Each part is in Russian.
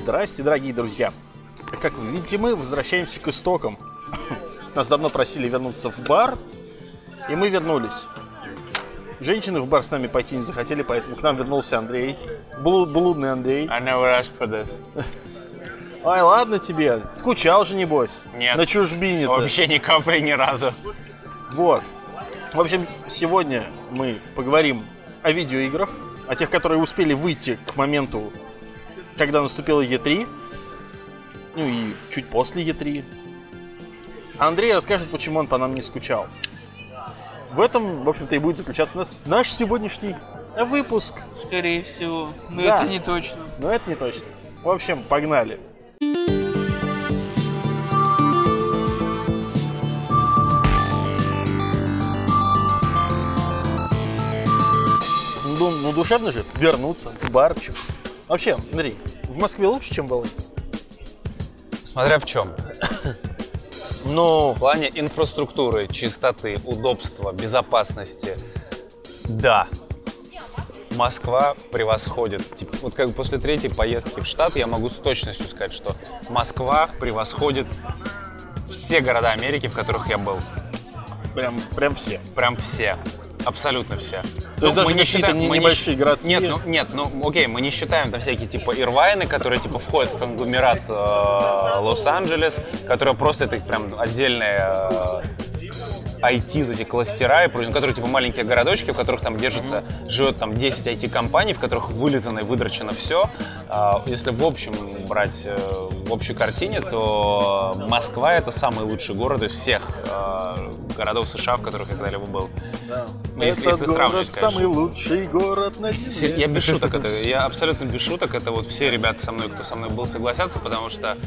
Здрасте, дорогие друзья. Как вы видите, мы возвращаемся к истокам. Нас давно просили вернуться в бар, и мы вернулись. Женщины в бар с нами пойти не захотели, поэтому к нам вернулся Андрей. Блудный Андрей. I never asked for this. Ай, ладно тебе. Скучал же, небось. Нет. На чужбине-то. Вообще ни капли ни разу. Вот. В общем, сегодня мы поговорим о видеоиграх, о тех, которые успели выйти к моменту, когда наступила E3, ну и чуть после E3. Андрей расскажет, почему он по нам не скучал. В этом, в общем-то, и будет заключаться наш сегодняшний выпуск. Скорее всего, но Да. это не точно. Но это не точно. В общем, погнали. Ну, душевно же вернуться в барчик. Вообще, Андрей, в Москве лучше, чем в Л.А.? Смотря в чем. Ну, В плане инфраструктуры, чистоты, удобства, безопасности. Да. Москва превосходит. Типа, вот как бы после третьей поездки в Штат я могу с точностью сказать, что Москва превосходит все города Америки, в которых я был. прям все. Прям все. Абсолютно все. То есть даже какие-то небольшие городки? Нет, окей, мы не считаем там всякие типа Ирвайны, которые типа входят в конгломерат Лос-Анджелес, которые просто это прям отдельные IT, вот эти кластера, которые типа маленькие городочки, в которых там живет там 10 IT-компаний, в которых вылизано и выдрочено все. Если в общем брать, в общей картине, то Москва — это самый лучший город из всех городов США, в которых я когда-либо был. Да. Если Этот город сравнивать, самый лучший город на земле. Я без шуток я абсолютно без шуток. Это вот все ребята со мной, кто со мной был, согласятся, потому что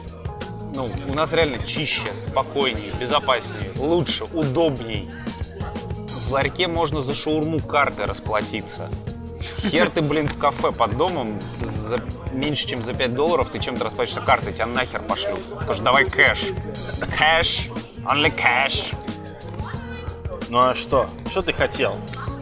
у нас реально чище, спокойнее, безопаснее, лучше, удобней. В ларьке можно за шаурму карты расплатиться. Хер ты, в кафе под домом за меньше, чем за $5 ты чем-то расплатишься картой, тебя нахер пошлют. Скажут, давай кэш. Кэш, only cash. Ну а что? Что ты хотел?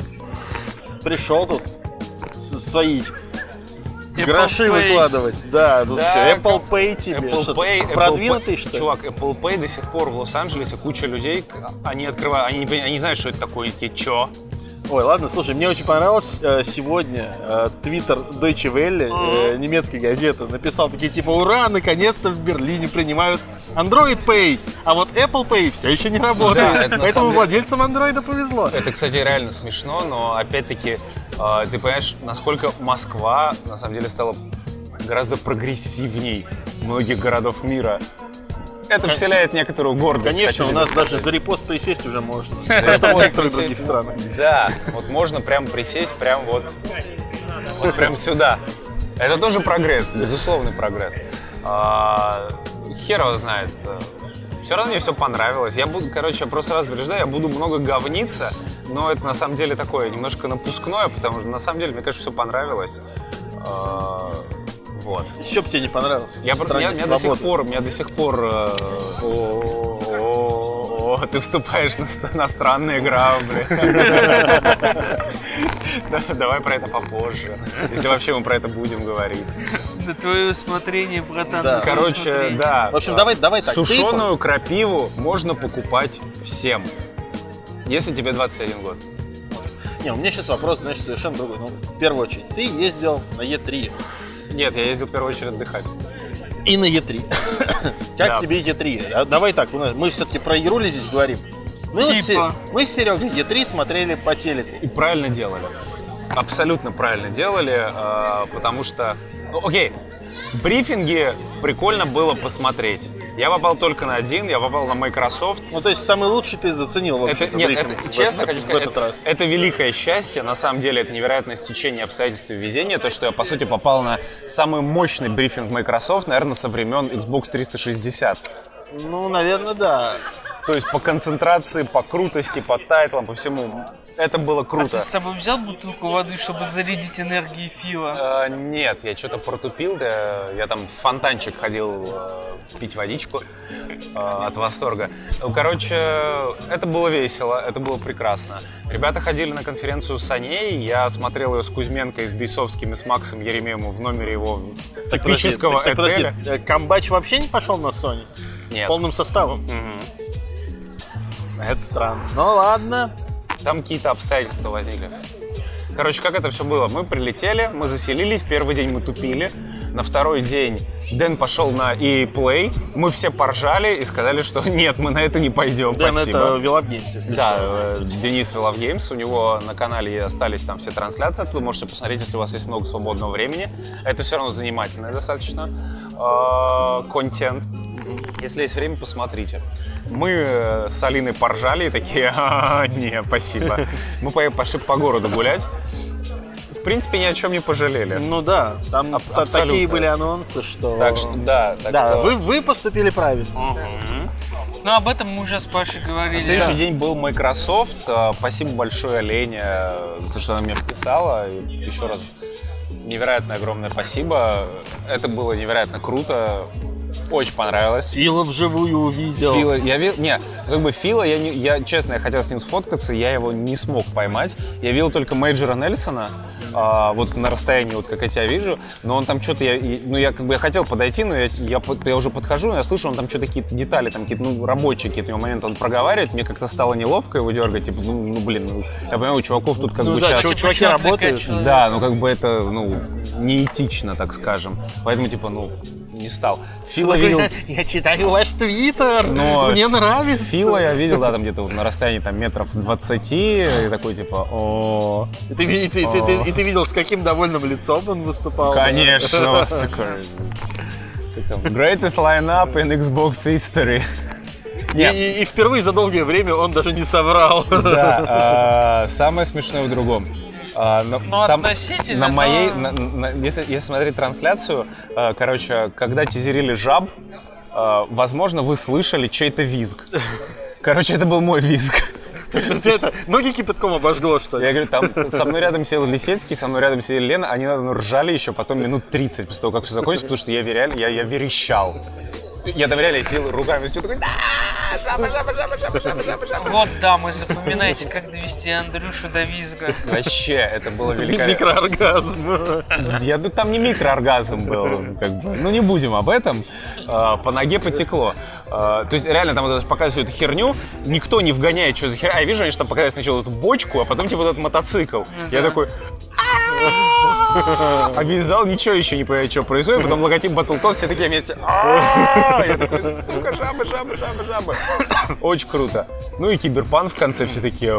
Пришел тут свои гроши Pay. выкладывать. Да, тут Да, все. Apple Pay тебе. Apple Что Pay, ты, продвинутый, что ли? Чувак, Apple Pay до сих пор в Лос-Анджелесе куча людей, они открывают, они не знают, что это такое, такие, чё? Ой, ладно, слушай, мне очень понравилось сегодня твиттер Deutsche Welle, немецкой газеты, написал такие типа: ура, наконец-то в Берлине принимают Android Pay, а вот Apple Pay все еще не работает. Да, это на Поэтому самом деле- владельцам Android повезло. Это, кстати, реально смешно, но опять-таки ты понимаешь, насколько Москва на самом деле стала гораздо прогрессивней многих городов мира. Это вселяет некоторую гордость. Конечно, хочу у нас тебе даже сказать. за репост присесть уже можно. Потому что в некоторых других странах. Да, вот можно прям присесть прям вот прям сюда. Это тоже прогресс, безусловный прогресс. Хер его знает. Все равно мне все понравилось. Я просто раз предупреждаю, я буду много говниться, но это на самом деле такое немножко напускное, потому что на самом деле мне, конечно, все понравилось. Вот. Еще бы тебе не понравилось. Меня Свободы. до сих пор ты вступаешь на странные грабли. Давай про это попозже, если вообще мы про это будем говорить. На твое усмотрение, братан. Да. на твое Короче, усмотрение. да. В общем, давай так. Сушеную крапиву можно покупать всем, если тебе 21 год. Не, у меня сейчас вопрос, значит, совершенно другой. Ну, в первую очередь, ты ездил на E3. Нет, я ездил в первую очередь отдыхать. И на E3. Как Да. тебе E3? Давай так, мы все-таки про игрули здесь говорим. Мы Типа. мы с Серегой E3 смотрели по телеку. И правильно делали. Абсолютно правильно делали, потому что... окей, брифинги прикольно было посмотреть. Я попал только на один, я попал на Microsoft. Ну, то есть, самый лучший ты заценил, в общем-то, брифинг честно хочу в сказать, этот раз. это великое счастье, на самом деле, это невероятное стечение обстоятельств и везения, то, что я, по сути, попал на самый мощный брифинг Microsoft, наверное, со времен Xbox 360. Ну, наверное, да. То есть по концентрации, по крутости, по тайтлам, по всему. Это было А круто. ты с собой взял бутылку воды, чтобы зарядить энергией Фила? Нет, я что-то протупил, да, я там в фонтанчик ходил пить водичку от восторга. Ну, короче, это было весело, это было прекрасно. Ребята ходили на конференцию Саней, я смотрел ее с Кузьменко и с Бейсовским и с Максом Еремеевым в номере его типического отеля. Камбач вообще не пошел на Sony? Нет. Полным составом? Это странно. Ну ладно. Там какие-то обстоятельства возникли. Короче, как это все было? Мы прилетели, мы заселились, первый день мы тупили. На второй день Дэн пошел на EA Play, мы все поржали и сказали, что нет, мы на это не пойдем, Дэн, спасибо. это Вилап Геймс, если Да, что. Денис Вилав Геймс, у него на канале остались там все трансляции, оттуда можете посмотреть, если у вас есть много свободного времени. Это все равно занимательно достаточно контент. Если есть время, посмотрите. Мы с Алиной поржали и такие, не, спасибо. Мы пошли по городу гулять. В принципе, ни о чем не пожалели. Ну да, там Абсолютно. такие были анонсы, что... Так что, да. Да, что... вы поступили правильно. Ну, об этом мы уже с Пашей говорили. На следующий день был Microsoft. Спасибо большое Лене за то, что она мне вписала. И еще раз невероятно огромное спасибо. Это было невероятно круто. Очень понравилось. Фила вживую увидел. Фила, Фила, я честно, я хотел с ним сфоткаться, я его не смог поймать. Я видел только Мейджора Нельсона, вот на расстоянии, вот как я тебя вижу, но он там что-то, я хотел подойти, но я уже подхожу, я слышу, он там что-то какие-то детали, там какие-то, рабочие какие-то моменты он проговаривает, мне как-то стало неловко его дергать, типа, я понимаю, у чуваков тут как бы да, сейчас... чуваки работают. Да, как бы это, неэтично, так скажем, поэтому, не стал. Фила видел... Я читаю ваш твиттер, Но мне нравится. Фила я видел, да, там где-то на расстоянии там метров 20, и такой типа, о. И ты видел, с каким довольным лицом он выступал? Конечно, вот такой. Greatest lineup in Xbox history. И впервые за долгое время он даже не соврал. Да, самое смешное в другом. Относительно, на моей, если смотреть трансляцию, короче, когда тизерили жаб, возможно, вы слышали чей-то визг. Короче, это был мой визг. То есть у тебя это ноги кипятком обожгло, что ли? Я говорю, там со мной рядом сидел Лисецкий, со мной рядом сидела Лена, они ржали еще потом минут 30 после того, как все закончилось, потому что я верещал. Я там реально сидел руками, что такой, жаба. Вот, дамы, запоминайте, как довести Андрюшу до визга. Вообще, это было великолепно. Микрооргазм. Там не микрооргазм был, не будем об этом. По ноге потекло. То есть реально там вот показывают всю эту херню, никто не вгоняет, что за херня. А я вижу, они там показывают сначала эту бочку, а потом типа вот этот мотоцикл. Я такой... Обвязал, ничего еще не понимаю, что происходит. Потом логотип Battletoads, все такие вместе. Я такой, сука, жаба. Очень круто. Ну и Киберпанк в конце все такие.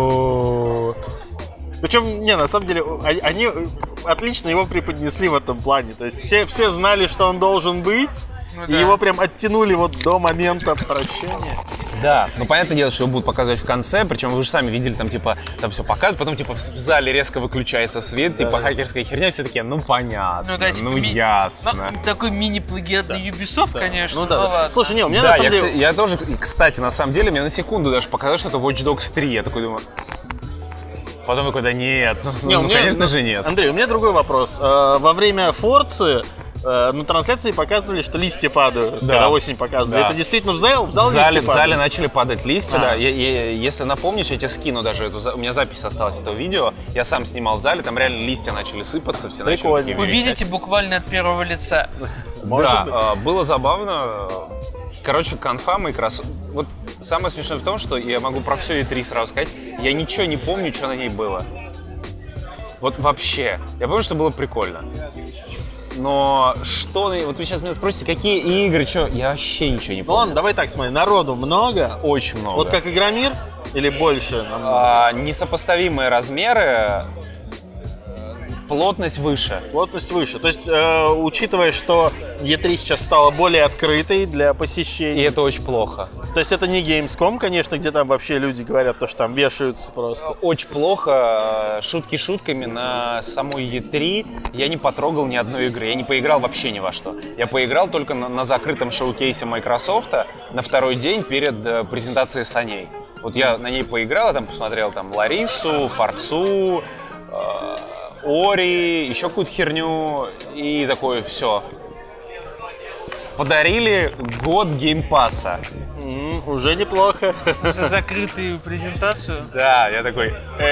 Причем, на самом деле, они отлично его преподнесли в этом плане. То есть все знали, что он должен быть, и его прям оттянули вот до момента прощения. Да, понятное дело, что его будут показывать в конце, причем вы же сами видели, там все показывают, потом в зале резко выключается свет, хакерская херня, все такие, понятно, ясно. Такой мини-плагиат на Ubisoft, конечно. Ладно. Слушай, у меня на самом деле... Я тоже, кстати, на самом деле, мне на секунду даже показалось, что это Watch Dogs 3, я такой думаю... Потом такой, да нет, конечно же нет. Андрей, у меня другой вопрос. Во время Форцы на трансляции показывали, что листья падают, когда осень показывали. Да. Это действительно в зале начали падать листья, да. Если напомнишь, я тебе скину даже у меня запись осталась этого видео. Я сам снимал в зале, там реально листья начали сыпаться, все начали такие Вы видите буквально от первого лица. Да, было забавно. Короче, конфа Microsoft. Вот самое смешное в том, что я могу про все E3 сразу сказать. Я ничего не помню, что на ней было. Вот вообще. Я помню, что было прикольно. Но что... Вот вы сейчас меня спросите, какие игры, что... Я вообще ничего не помню. Ладно, давай так смотри. Народу много? Очень много. Вот как Игромир? Или больше? Несопоставимые размеры, плотность выше. Плотность выше. То есть, учитывая, что E3 сейчас стала более открытой для посещения. И это очень плохо. То есть это не Gamescom, конечно, где там вообще люди говорят, то, что там вешаются просто. Очень плохо. Шутки шутками, на самой E3 я не потрогал ни одной игры. Я не поиграл вообще ни во что. Я поиграл только на закрытом шоу-кейсе Microsoft на второй день перед презентацией Саней. Вот я на ней поиграл, я там посмотрел Ларису, Форцу, Ори, еще какую-то херню и такое все. Подарили год геймпасса. Уже неплохо. За закрытую презентацию. Да, я такой,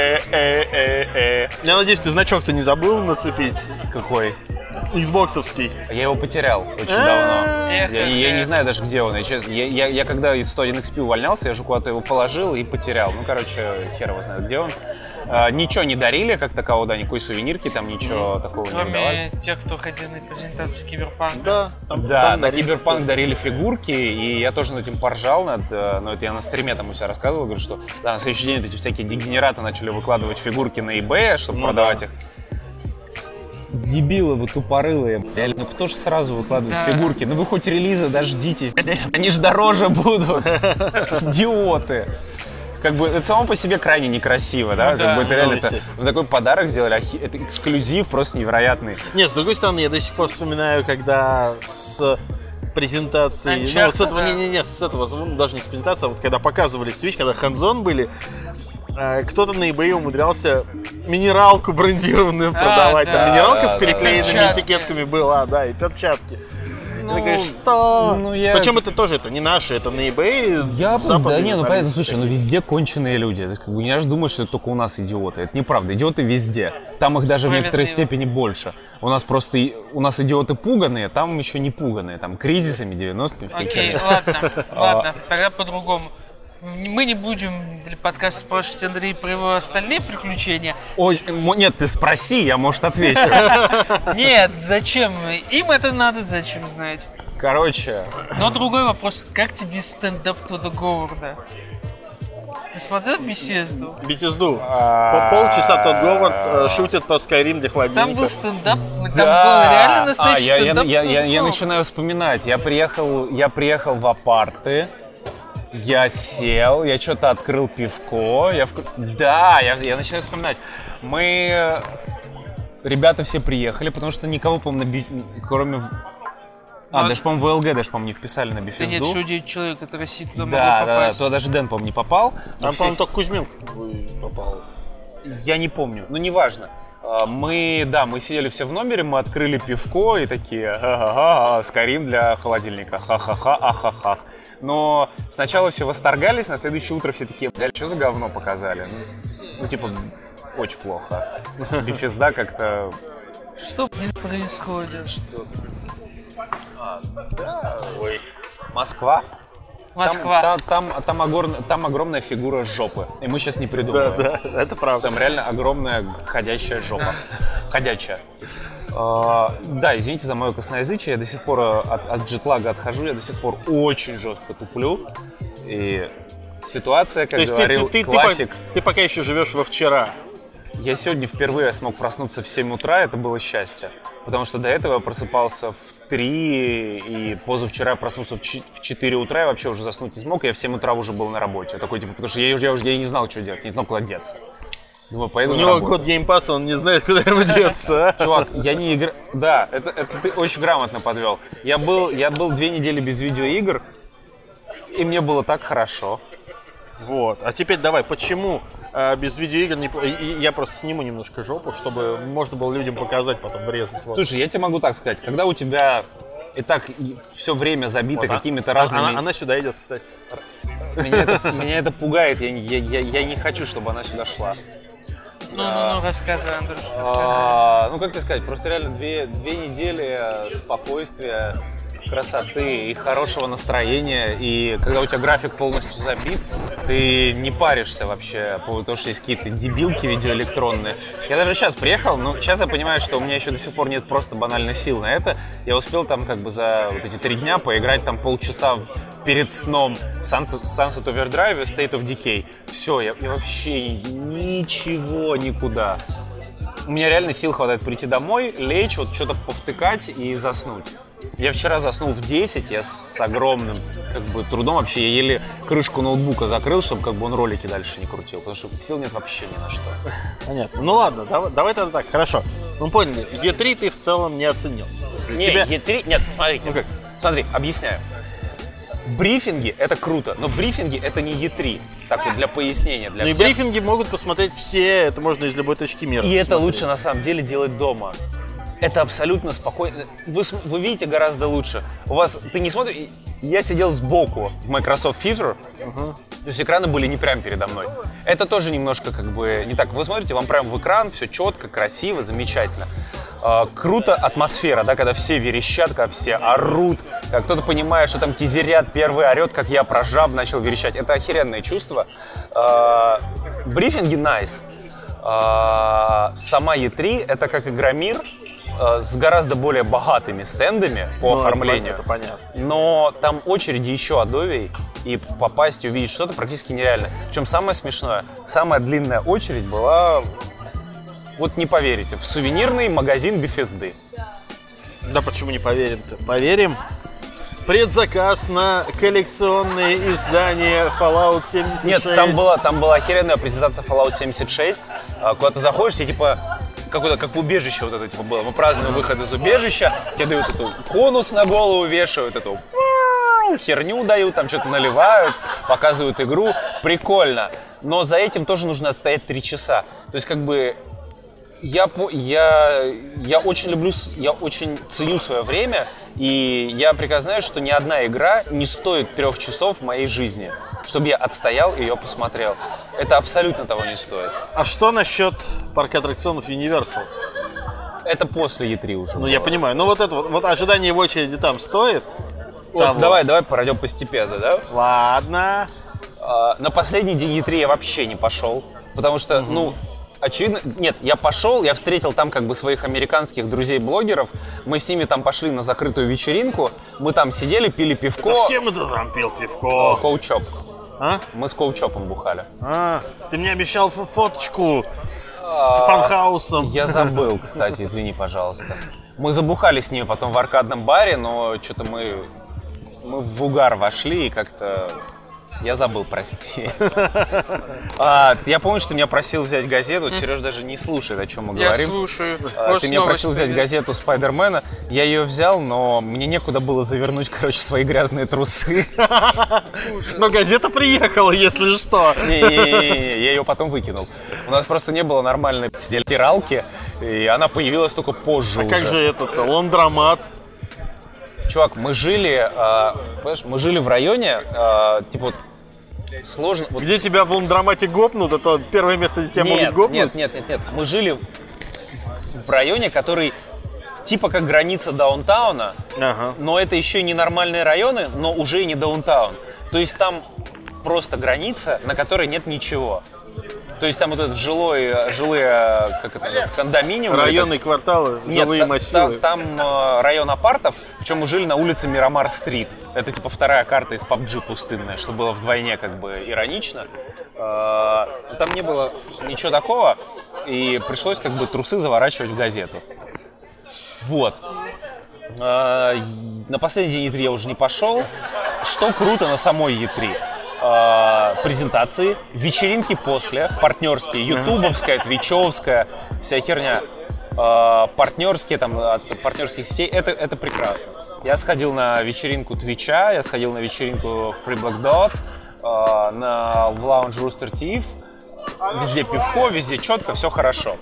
Я надеюсь, ты значок-то не забыл нацепить? Какой? Xbox-овский. Я его потерял очень давно. Эх, Я не знаю даже, где он. Я когда из 101XP увольнялся, я же куда-то его положил и потерял. Ну, короче, хер его знает, где он. Ничего не дарили, как такового, да, никакой сувенирки, там ничего такого не давали. Кроме тех, кто ходил на презентацию Киберпанка. Да, Да, на дарили Киберпанк дарили фигурки, и я тоже над этим поржал, но это я на стриме там у себя рассказывал, говорю, что да, на следующий день эти всякие дегенераты начали выкладывать фигурки на eBay, чтобы продавать их. Дебилы вы тупорылые. Реально, ну кто же сразу выкладывает фигурки? Ну вы хоть релиза дождитесь, они же дороже будут. Идиоты. Как бы это само по себе крайне некрасиво, да? Как бы это реально такой подарок сделали, это эксклюзив просто невероятный. Нет, с другой стороны, я до сих пор вспоминаю, когда с презентации, Uncharted, ну вот с этого, да. не, с этого, ну, даже не с презентации, а вот когда показывали Switch, когда Hands-on были, кто-то на eBay умудрялся минералку брендированную продавать. да, Там минералка с да, переклеенными перчатки. этикетками была, да, и перчатки. Ну, Ты говоришь, что? ну, я- Причем это тоже это не наши, это на eBay. Да западные не, ну понятно, журналисты слушай, ну везде конченые люди. То есть, как бы, не аж думаешь, что это только у нас идиоты. Это неправда, идиоты везде. Там их даже в некоторой степени больше. У нас просто, у нас идиоты пуганые, там еще не пуганые. Там кризисами 90-ми всякими. Окей, ладно, тогда по-другому. Мы не будем для подкаста спрашивать Андрея про его остальные приключения. Нет, ты спроси, я, может, отвечу. Нет, зачем? Им это надо, зачем знать. Короче, Но другой вопрос. Как тебе стендап Тодда Говарда? Ты смотрел беседу? Бетезду. По полчаса тот Говард шутит по Skyrim для холодильника. Там был стендап, там был реально настоящий стендап. Я начинаю вспоминать. Я приехал в апарты. Я сел, я что-то открыл пивко, Да, я начинаю вспоминать. Ребята все приехали, потому что никого, по-моему, кроме... даже, по-моему, ВЛГ даже, по-моему, не вписали на Да нет, Бефезду. всего 9 человек, от России туда могло Да, попасть. туда даже Дэн, по-моему, не попал. Там, по-моему, только Кузьменко попал. Я не помню, но неважно. Мы сидели все в номере, мы открыли пивко и такие, Skyrim для холодильника, ха-ха-ха, ахахах. Но сначала все восторгались, на следующее утро все такие, блядь, что за говно показали? Ну, типа, очень плохо. Бефезда как-то... Что, блин, происходит? Ой. Москва? Москва. Там огромная фигура жопы. И мы сейчас не придумываем. Да, это правда. Там реально огромная ходящая жопа. Ходячая. Да, извините за мое косноязычие. Я до сих пор от джетлага отхожу. Я до сих пор очень жестко туплю. И ситуация, как говорил классик. Ты пока еще живешь во вчера. Я сегодня впервые смог проснуться в 7 утра, это было счастье. Потому что до этого я просыпался в 3, и позавчера я проснулся в 4 утра, я вообще уже заснуть не смог, я в 7 утра уже был на работе. Такой, типа, потому что я не знал, что делать, не знал, куда деться. Думаю, поеду У на него работу. год геймпасса, он не знает, куда ему деться. Чувак, я не играю... Да, это ты очень грамотно подвел. Я был 2 недели без видеоигр, и мне было так хорошо. Вот. А теперь давай, почему без видеоигр не... Я просто сниму немножко жопу, чтобы можно было людям показать, потом врезать. Вот. Слушай, я тебе могу так сказать, когда у тебя и так все время забито какими-то разными... Она сюда идет, кстати. Меня это пугает, я не хочу, чтобы она сюда шла. Ну, рассказывай, Андрюш, рассказывай. Ну, как тебе сказать, просто реально 2 недели спокойствия, красоты и хорошего настроения. И когда у тебя график полностью забит, ты не паришься вообще, потому что есть какие-то дебилки видеоэлектронные. Я даже сейчас приехал, но сейчас я понимаю, что у меня еще до сих пор нет просто банально сил на это. Я успел там как бы за вот эти 3 дня поиграть там полчаса перед сном в Sunset Overdrive, State of Decay. Все, я вообще ничего, никуда. У меня реально сил хватает прийти домой, лечь, вот что-то повтыкать и заснуть. Я вчера заснул в 10, я с огромным как бы трудом вообще, я еле крышку ноутбука закрыл, чтобы как бы он ролики дальше не крутил, потому что сил нет вообще ни на что. Понятно. Ну ладно, давай тогда так, хорошо. Мы поняли, E3 ты в целом не оценил. E3, нет, смотри, объясняю. Брифинги — это круто, но брифинги — это не E3. Так вот, для пояснения, для Ну всех. и брифинги могут посмотреть все, это можно из любой точки мира И это посмотреть. лучше на самом деле делать дома. это абсолютно спокойно. Вы видите гораздо лучше. У вас, ты не смотришь, я сидел сбоку в Microsoft Theater, то есть экраны были не прямо передо мной. Это тоже немножко как бы не так. Вы смотрите, вам прям в экран, все четко, красиво, замечательно. Круто атмосфера, да, когда все верещат, когда все орут, когда кто-то понимает, что там тизерят, первый орет, как я про жаб начал верещать. Это охеренное чувство. Брифинги nice. Сама E3 это как Игромир с гораздо более богатыми стендами по оформлению. Это понятно. Но там очереди еще адовей, и попасть и увидеть что-то практически нереально. Причем самое смешное, самая длинная очередь была, вот не поверите, в сувенирный магазин Bethesda. Да почему не поверим-то? Поверим. Предзаказ на коллекционные издания Fallout 76. Нет, там была охеренная презентация Fallout 76. Куда ты заходишь, тебе типа какое-то как в убежище вот это типа было. Мы празднуем выход из убежища, тебе дают эту конус на голову, вешают эту херню дают, там что-то наливают, показывают игру. Прикольно. Но за этим тоже нужно стоять 3 часа. То есть как бы я очень люблю, я очень ценю свое время, и я прекрасно знаю, что ни одна игра не стоит 3 часов в моей жизни, чтобы я отстоял и ее посмотрел. Это абсолютно того не стоит. А что насчет парка аттракционов Universal? Это после E3 уже. Ну, я понимаю. Ну, вот это вот ожидание в очереди там стоит? Вот, давай пройдем постепенно, да? Ладно. На последний день E3 я вообще не пошел, потому что, очевидно, нет, я пошел, я встретил там как бы своих американских друзей-блогеров, мы с ними там пошли на закрытую вечеринку, мы там сидели, пили пивко. Да с кем ты там пил пивко? Коучоп. А? Мы с Коучопом бухали. Ты мне обещал фоточку с фанхаусом. Я забыл, кстати, извини, пожалуйста. Мы забухали с ними потом в аркадном баре, но что-то мы в угар вошли и как-то... Я забыл, прости. Я помню, что ты меня просил взять газету. Сережа даже не слушает, о чем мы говорим. Я слушаю. Ты меня просил взять газету Спайдермена. Я ее взял, но мне некуда было завернуть, свои грязные трусы. Но газета приехала, если что. Не-не-не, я ее потом выкинул. У нас просто не было нормальной стиралки, и она появилась только позже уже. Как же этот ландромат? Чувак, мы жили в районе, типа вот сложно... Где тебя в ландромате гопнут, это первое место, где тебя могут гопнуть? Нет. Мы жили в районе, который типа как граница даунтауна, но это еще и не нормальные районы, но уже и не даунтаун. То есть там просто граница, на которой нет ничего. То есть там вот этот жилые, как это называется, кондоминиум. Районные кварталы, жилые массивы. Там район апартов, причем мы жили на улице Мирамар-стрит. Это типа вторая карта из PUBG пустынная, что было вдвойне как бы иронично. Там не было ничего такого, и пришлось как бы трусы заворачивать в газету. Вот. На последний день E3 я уже не пошел. Что круто на самой E3? Презентации, вечеринки после, партнерские, ютубовская, твичевская, вся херня, партнерские, там, от партнерских сетей, это прекрасно. Я сходил на вечеринку Твича, я сходил на вечеринку Free Black Dot, в лаунж Rooster Teeth, везде пивко, везде четко, все хорошо.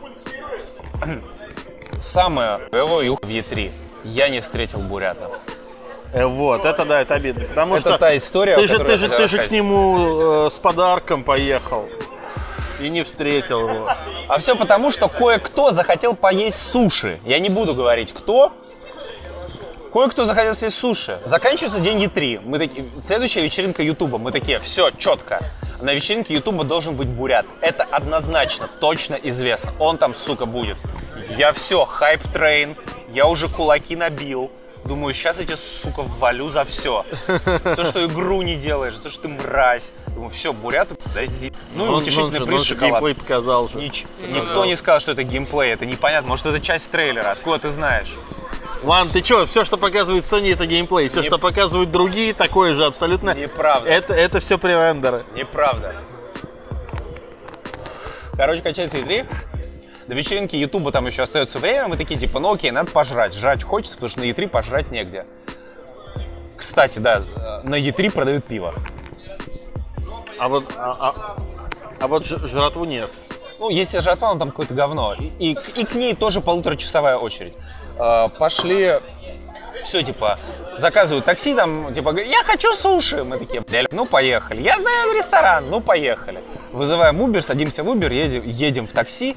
Самое боевое в E3 я не встретил бурята. Вот, это да, это обидно. Потому это что та история, ты же к нему с подарком поехал и не встретил его. А все потому, что кое-кто захотел поесть суши. Я не буду говорить, кто. Кое-кто захотел съесть суши. Заканчивается день E3. Мы такие, следующая вечеринка Ютуба. Мы такие, все, четко. На вечеринке Ютуба должен быть бурят. Это однозначно, точно известно. Он там, сука, будет. Я все, хайп-трейн. Я уже кулаки набил. Думаю, сейчас я тебе, сука, ввалю за все. За то, что игру не делаешь, за то, что ты мразь. Думаю, все, буряту, сдайте. Ну и утешительный приз шоколад. Геймплей показал же. Никто не сказал, что это геймплей, это непонятно. Может, это часть трейлера, откуда ты знаешь? Ладно, ты что, все, что показывает Sony, это геймплей. Все, что показывают другие, такое же абсолютно. Неправда. Это все пререндеры. Неправда. Короче, качается E3. До вечеринки Ютуба там еще остается время, мы такие, типа, ну окей, надо пожрать. Жрать хочется, потому что на E3 пожрать негде. Кстати, да, на E3 продают пиво. А вот жратву нет. Ну, если жратва, он там какое-то говно. И к ней тоже 1,5-часовая очередь. Пошли, все, типа, заказывают такси, там, типа, говорят, я хочу суши. Мы такие, ну, поехали. Я знаю ресторан, ну, поехали. Вызываем Uber, садимся в Uber, едем в такси.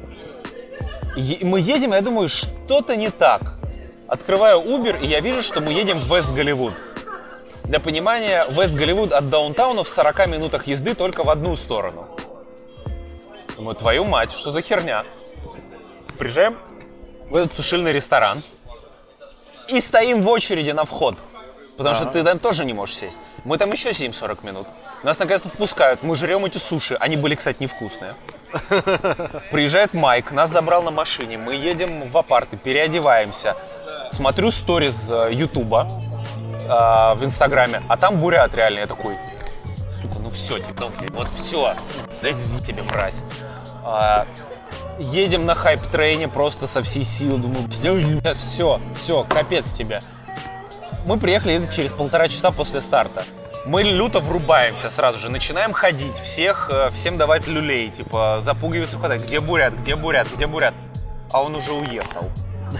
Мы едем, я думаю, что-то не так. Открываю Uber, и я вижу, что мы едем в Вест-Голливуд. Для понимания, Вест-Голливуд от даунтауна в 40 минутах езды только в одну сторону. Думаю, твою мать, что за херня? Приезжаем в этот сушильный ресторан и стоим в очереди на вход. Потому что ты там тоже не можешь сесть. Мы там еще сидим 40 минут. Нас наконец-то впускают, мы жрем эти суши. Они были, кстати, невкусные. Приезжает Майк, нас забрал на машине. Мы едем в апарты, переодеваемся. Смотрю сториз Ютуба в Инстаграме, а там бурят реально. Я такой, сука, ну все, типа, вот все. Дайте тебе, мразь. Едем на хайп-трейне просто со всей силы. Думаю, все, капец тебе. Мы приехали где-то через 1,5 часа после старта. Мы люто врубаемся сразу же, начинаем ходить, всем давать люлей, типа запугиваться, хватать, где бурят. А он уже уехал.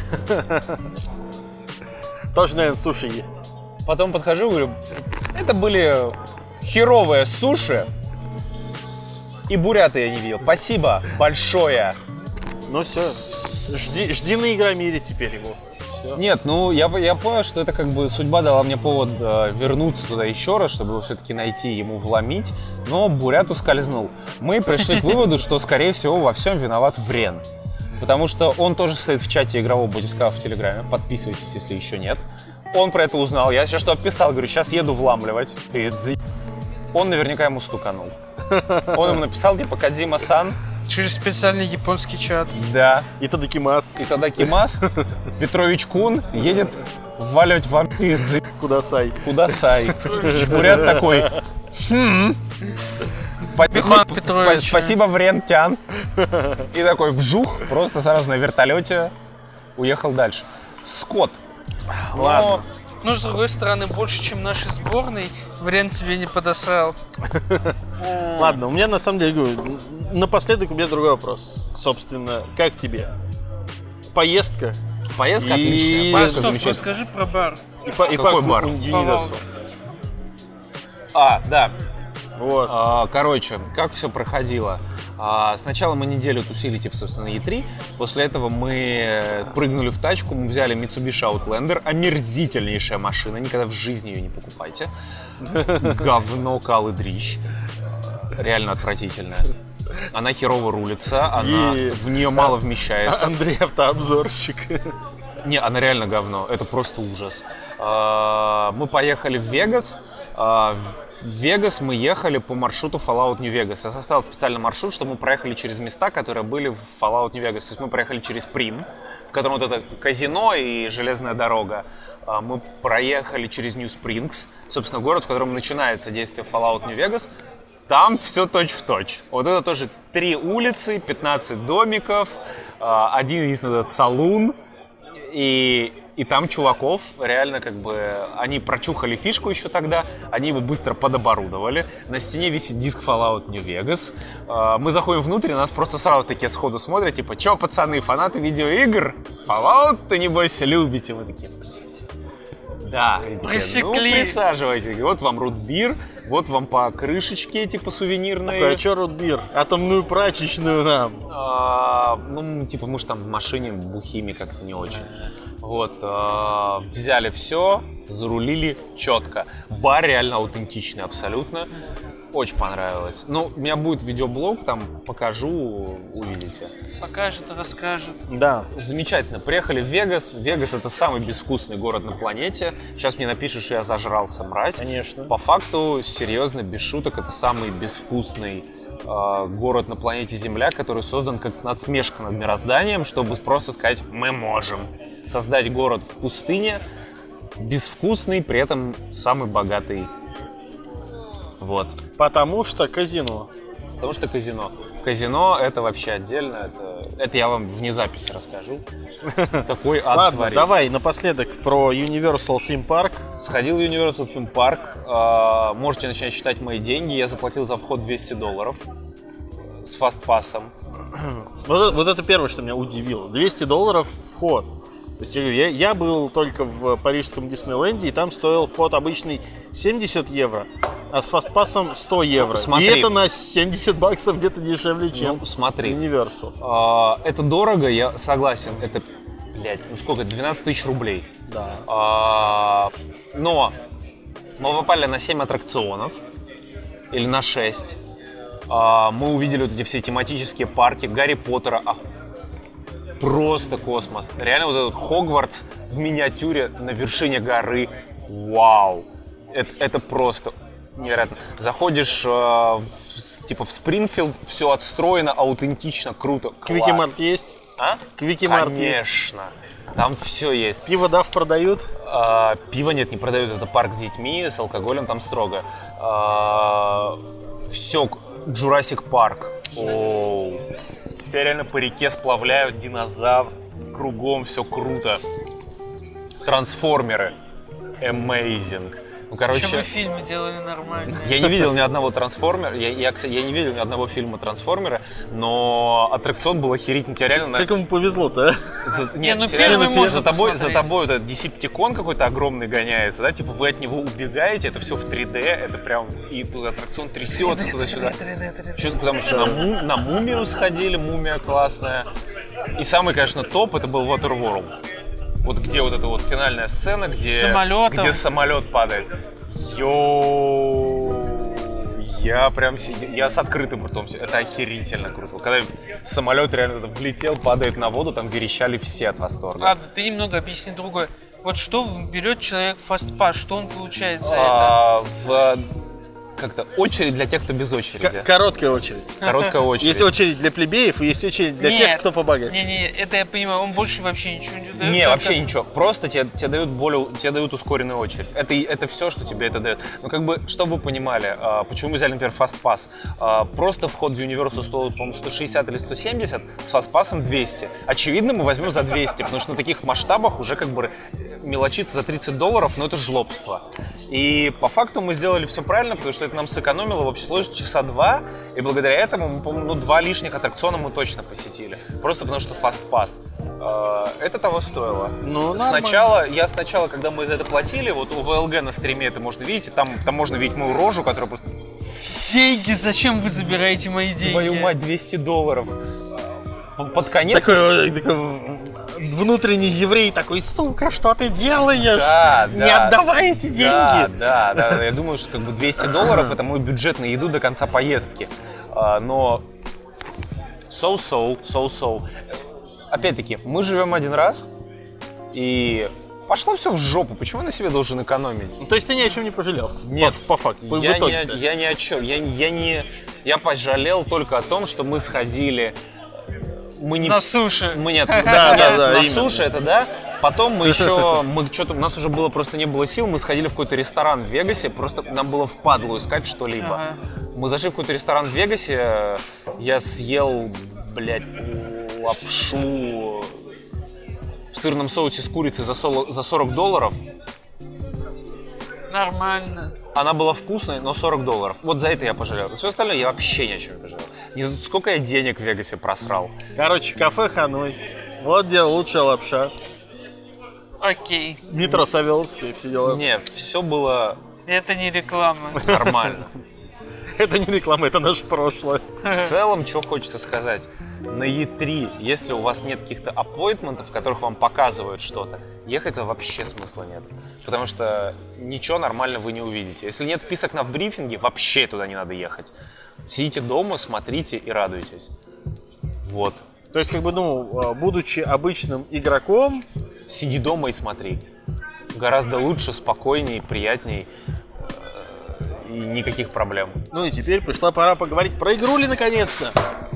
Тоже, наверное, суши есть. Потом подхожу, говорю, это были херовые суши, и бурята я не видел. Спасибо большое. Ну все, жди на Игромире теперь его. Все. Нет, ну я понял, что это как бы судьба дала мне повод вернуться туда еще раз, чтобы его все-таки найти, ему вломить, но бурят ускользнул. Мы пришли к выводу, что, скорее всего, во всем виноват Врен. Потому что он тоже стоит в чате игрового батискафа в Телеграме. Подписывайтесь, если еще нет. Он про это узнал. Я сейчас что описал, говорю, сейчас еду вламливать. Он наверняка ему стуканул. Он ему написал, типа, Кодзима-сан. Через специальный японский чат. Да. Итадакимас. Петрович Кун едет валять в Амидзи. Кудасай. Бурят такой. Спасибо, Врен-тян. И такой вжух, просто сразу на вертолете уехал дальше. Скотт. Ладно. Ну, с другой стороны, больше, чем нашей сборной, вариант тебе не подосрал. Ладно, у меня на самом деле, говорю, напоследок у меня другой вопрос. Собственно, как тебе? Поездка? Поездка отличная, поездка замечательная. Расскажи про бар. Какой бар? Universal. Да. Вот. Короче, как все проходило? Сначала мы неделю тусили, типа, собственно, E3. После этого мы прыгнули в тачку, мы взяли Mitsubishi Outlander. Омерзительнейшая машина, никогда в жизни ее не покупайте. Говно, кал и дрищ. Реально отвратительная. Она херово рулится, в нее мало вмещается. Андрей автообзорщик. Не, она реально говно, это просто ужас. Мы поехали в Вегас. В Вегас мы ехали по маршруту Fallout New Vegas. Я составил специальный маршрут, чтобы мы проехали через места, которые были в Fallout New Vegas. То есть мы проехали через Прим, в котором вот это казино и железная дорога. Мы проехали через New Springs, собственно, город, в котором начинается действие Fallout New Vegas. Там все точь-в-точь. Вот это тоже 3 улицы, 15 домиков, один единственный этот салун. И там чуваков реально как бы, они прочухали фишку еще тогда, они его быстро подоборудовали. На стене висит диск Fallout New Vegas. Мы заходим внутрь, и нас просто сразу такие сходу смотрят, типа, чё, пацаны, фанаты видеоигр? Fallout-то, небось, любите? Мы такие, блядь. Да. Пресекли. Ну, присаживайтесь. Вот вам рутбир, вот вам по крышечке, типа, сувенирные. Такой, а чё рутбир? Атомную прачечную нам. Ну, типа, мы же там в машине бухими как-то не очень. Вот, взяли все, зарулили четко. Бар реально аутентичный абсолютно. Очень понравилось. Ну, у меня будет видеоблог, там покажу, увидите. Покажет, расскажет. Да. Замечательно. Приехали в Вегас. Вегас — это самый безвкусный город на планете. Сейчас мне напишут, что я зажрался, мразь. Конечно. По факту, серьезно, без шуток, это самый безвкусный город на планете Земля, который создан как надсмешка над мирозданием, чтобы просто сказать, мы можем создать город в пустыне, безвкусный, при этом самый богатый. Вот. Потому что казино. Потому что казино. Казино — это вообще отдельно. Это я вам вне записи расскажу. Какой ад Ладно, творится. давай напоследок про Universal Theme Park. Сходил в Universal Theme Park. Можете начинать считать мои деньги. Я заплатил за вход $200 с фастпассом. Вот это первое, что меня удивило. $200 вход. То есть, я был только в парижском Диснейленде, и там стоил вход обычный 70 евро, а с фастпассом 100 евро. Смотри. И это на 70 баксов где-то дешевле, чем Ну, смотри. Universal. Это дорого, я согласен. Это, блядь, ну сколько? 12 тысяч рублей. Да. Но мы попали на 7 аттракционов. Или на 6. Мы увидели вот эти все тематические парки Гарри Поттера. Просто космос. Реально вот этот Хогвартс в миниатюре на вершине горы. Вау. Это просто невероятно. Заходишь в Спрингфилд, все отстроено, аутентично, круто. Класс. Квики-март есть? А? Квики-март есть? Конечно. Там все есть. Пиво Дав продают? Пиво нет, не продают. Это парк с детьми, с алкоголем там строго. Все, Jurassic Park. Оу. Тебя реально по реке сплавляют, динозавр. Кругом все круто. Трансформеры. Amazing. Ну, короче, Еще бы фильмы делали нормально. я не видел ни одного трансформера. Кстати, я не видел ни одного фильма Трансформера, но аттракцион был охерительный. Тебя реально... Как ему повезло-то, а? Нет, ну, реально, первый можно за тобой посмотреть. вот этот Десептикон какой-то огромный гоняется, да, типа вы от него убегаете, это все в 3D, это прям, и тут аттракцион трясется туда-сюда. 3D. Что-то там еще на мумию сходили, мумия классная. И самый, конечно, топ, это был Waterworld. Вот где вот эта вот финальная сцена, где самолет падает. Я прям сидел, я с открытым ртом, это охерительно круто. Когда самолет реально влетел, падает на воду, там верещали все от восторга. Ладно, ты немного объясни другое. Вот что берет человек в фастпасс, что он получает за это? Как-то очередь для тех, кто без очереди. Короткая очередь. Короткая очередь. Есть очередь для плебеев и есть очередь для тех, кто побогаче. Не, это я понимаю, он больше вообще ничего не дает. Не, вообще ничего. Просто тебе дают ускоренную очередь. Это все, что тебе это дает. Ну, как бы, чтобы вы понимали, почему мы взяли, например, фастпасс. Просто вход в Universal стоил, по-моему, 160 или 170, с фастпассом 200. Очевидно, мы возьмем за 200, потому что на таких масштабах уже как бы мелочиться за $30, но это жлобство. И по факту мы сделали все правильно, потому что это нам сэкономило в общей сложности часа 2, и благодаря этому, мы, по-моему, 2 лишних аттракциона мы точно посетили. Просто потому что фастпасс. Это того стоило. Ну, Я сначала, когда мы за это платили, вот у ВЛГ на стриме это можно видеть, и там можно видеть мою рожу, которая просто... Деньги, зачем вы забираете мои деньги? Твою мать, $200. Под конец... Такой внутренний еврей такой: сука, что ты делаешь? Да, Не отдавай эти деньги. Да. Я думаю, что как бы $200 это мой бюджет на еду до конца поездки. Но so. Опять-таки, мы живем один раз, и пошло все в жопу. Почему я на себе должен экономить? То есть ты ни о чем не пожалел? Нет, по факту. В я итоге. ни о чем. Я пожалел только о том, что мы сходили. Мы не... На суше. Мы нет. Да, на именно. суше это да. Потом мы еще, у нас уже было просто не было сил, мы сходили в какой-то ресторан в Вегасе, просто нам было впадло искать что-либо. Ага. Мы зашли в какой-то ресторан в Вегасе, я съел, блядь, лапшу в сырном соусе с курицей за $40. Нормально. Она была вкусной, но $40. Вот за это я пожалел. За все остальное я вообще ни о чем не пожалел. Не знаю, сколько я денег в Вегасе просрал. Короче, кафе Ханой. Вот где лучшая лапша. Окей. Метро Савеловское, все дела. Не, все было Это не реклама. нормально. Это не реклама, это наше прошлое. В целом, что хочется сказать. На E3, если у вас нет каких-то аппоинтментов, в которых вам показывают что-то, ехать-то вообще смысла нет. Потому что ничего нормально вы не увидите. Если нет вписок на брифинге, вообще туда не надо ехать. Сидите дома, смотрите и радуйтесь. Вот. То есть, как бы, будучи обычным игроком, Сиди дома и смотри. Гораздо лучше, спокойней, приятней. И никаких проблем. ну и теперь пришла пора поговорить про игрули наконец-то.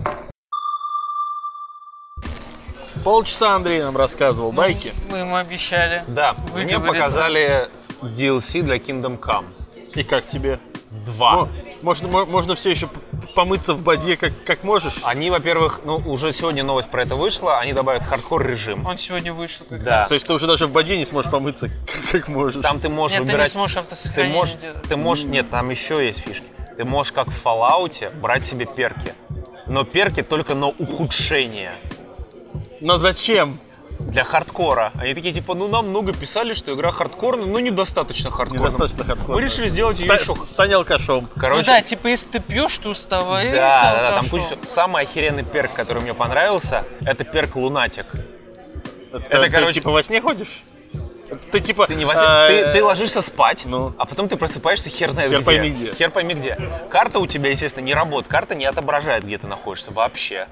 Полчаса Андрей нам рассказывал байки. Мы ему обещали. Да, мне Выговориться. показали DLC для Kingdom Come И как тебе? 2. Можно все еще помыться в воде, как можешь. Они, во-первых, уже сегодня новость про это вышла, они добавят хардкор режим. Он сегодня вышел. Да. То есть ты уже даже в воде не сможешь помыться, как можешь. Там ты можешь Нет, ты выбирать. не сможешь автосохранение делать. Нет, там еще есть фишки. Ты можешь, как в Fallout, брать себе перки. Но перки только на ухудшение. Но зачем? Для хардкора. Они такие, типа, ну нам много писали, что игра хардкорная, но недостаточно хардкорная. Недостаточно хардкорная. Мы решили сделать ее еще... Стань алкашом. Короче, Ну да, типа, если ты пьешь, то уставай. да, там куча... Самый охеренный перк, который мне понравился, это перк Лунатик. Это, короче- ты типа во сне ходишь? Ты типа... Ты не ты ложишься спать, Ну. а потом ты просыпаешься хер знает Хер где. пойми где. Хер пойми где. Карта у тебя, естественно, не работает. Карта не отображает, где ты находишься вообще.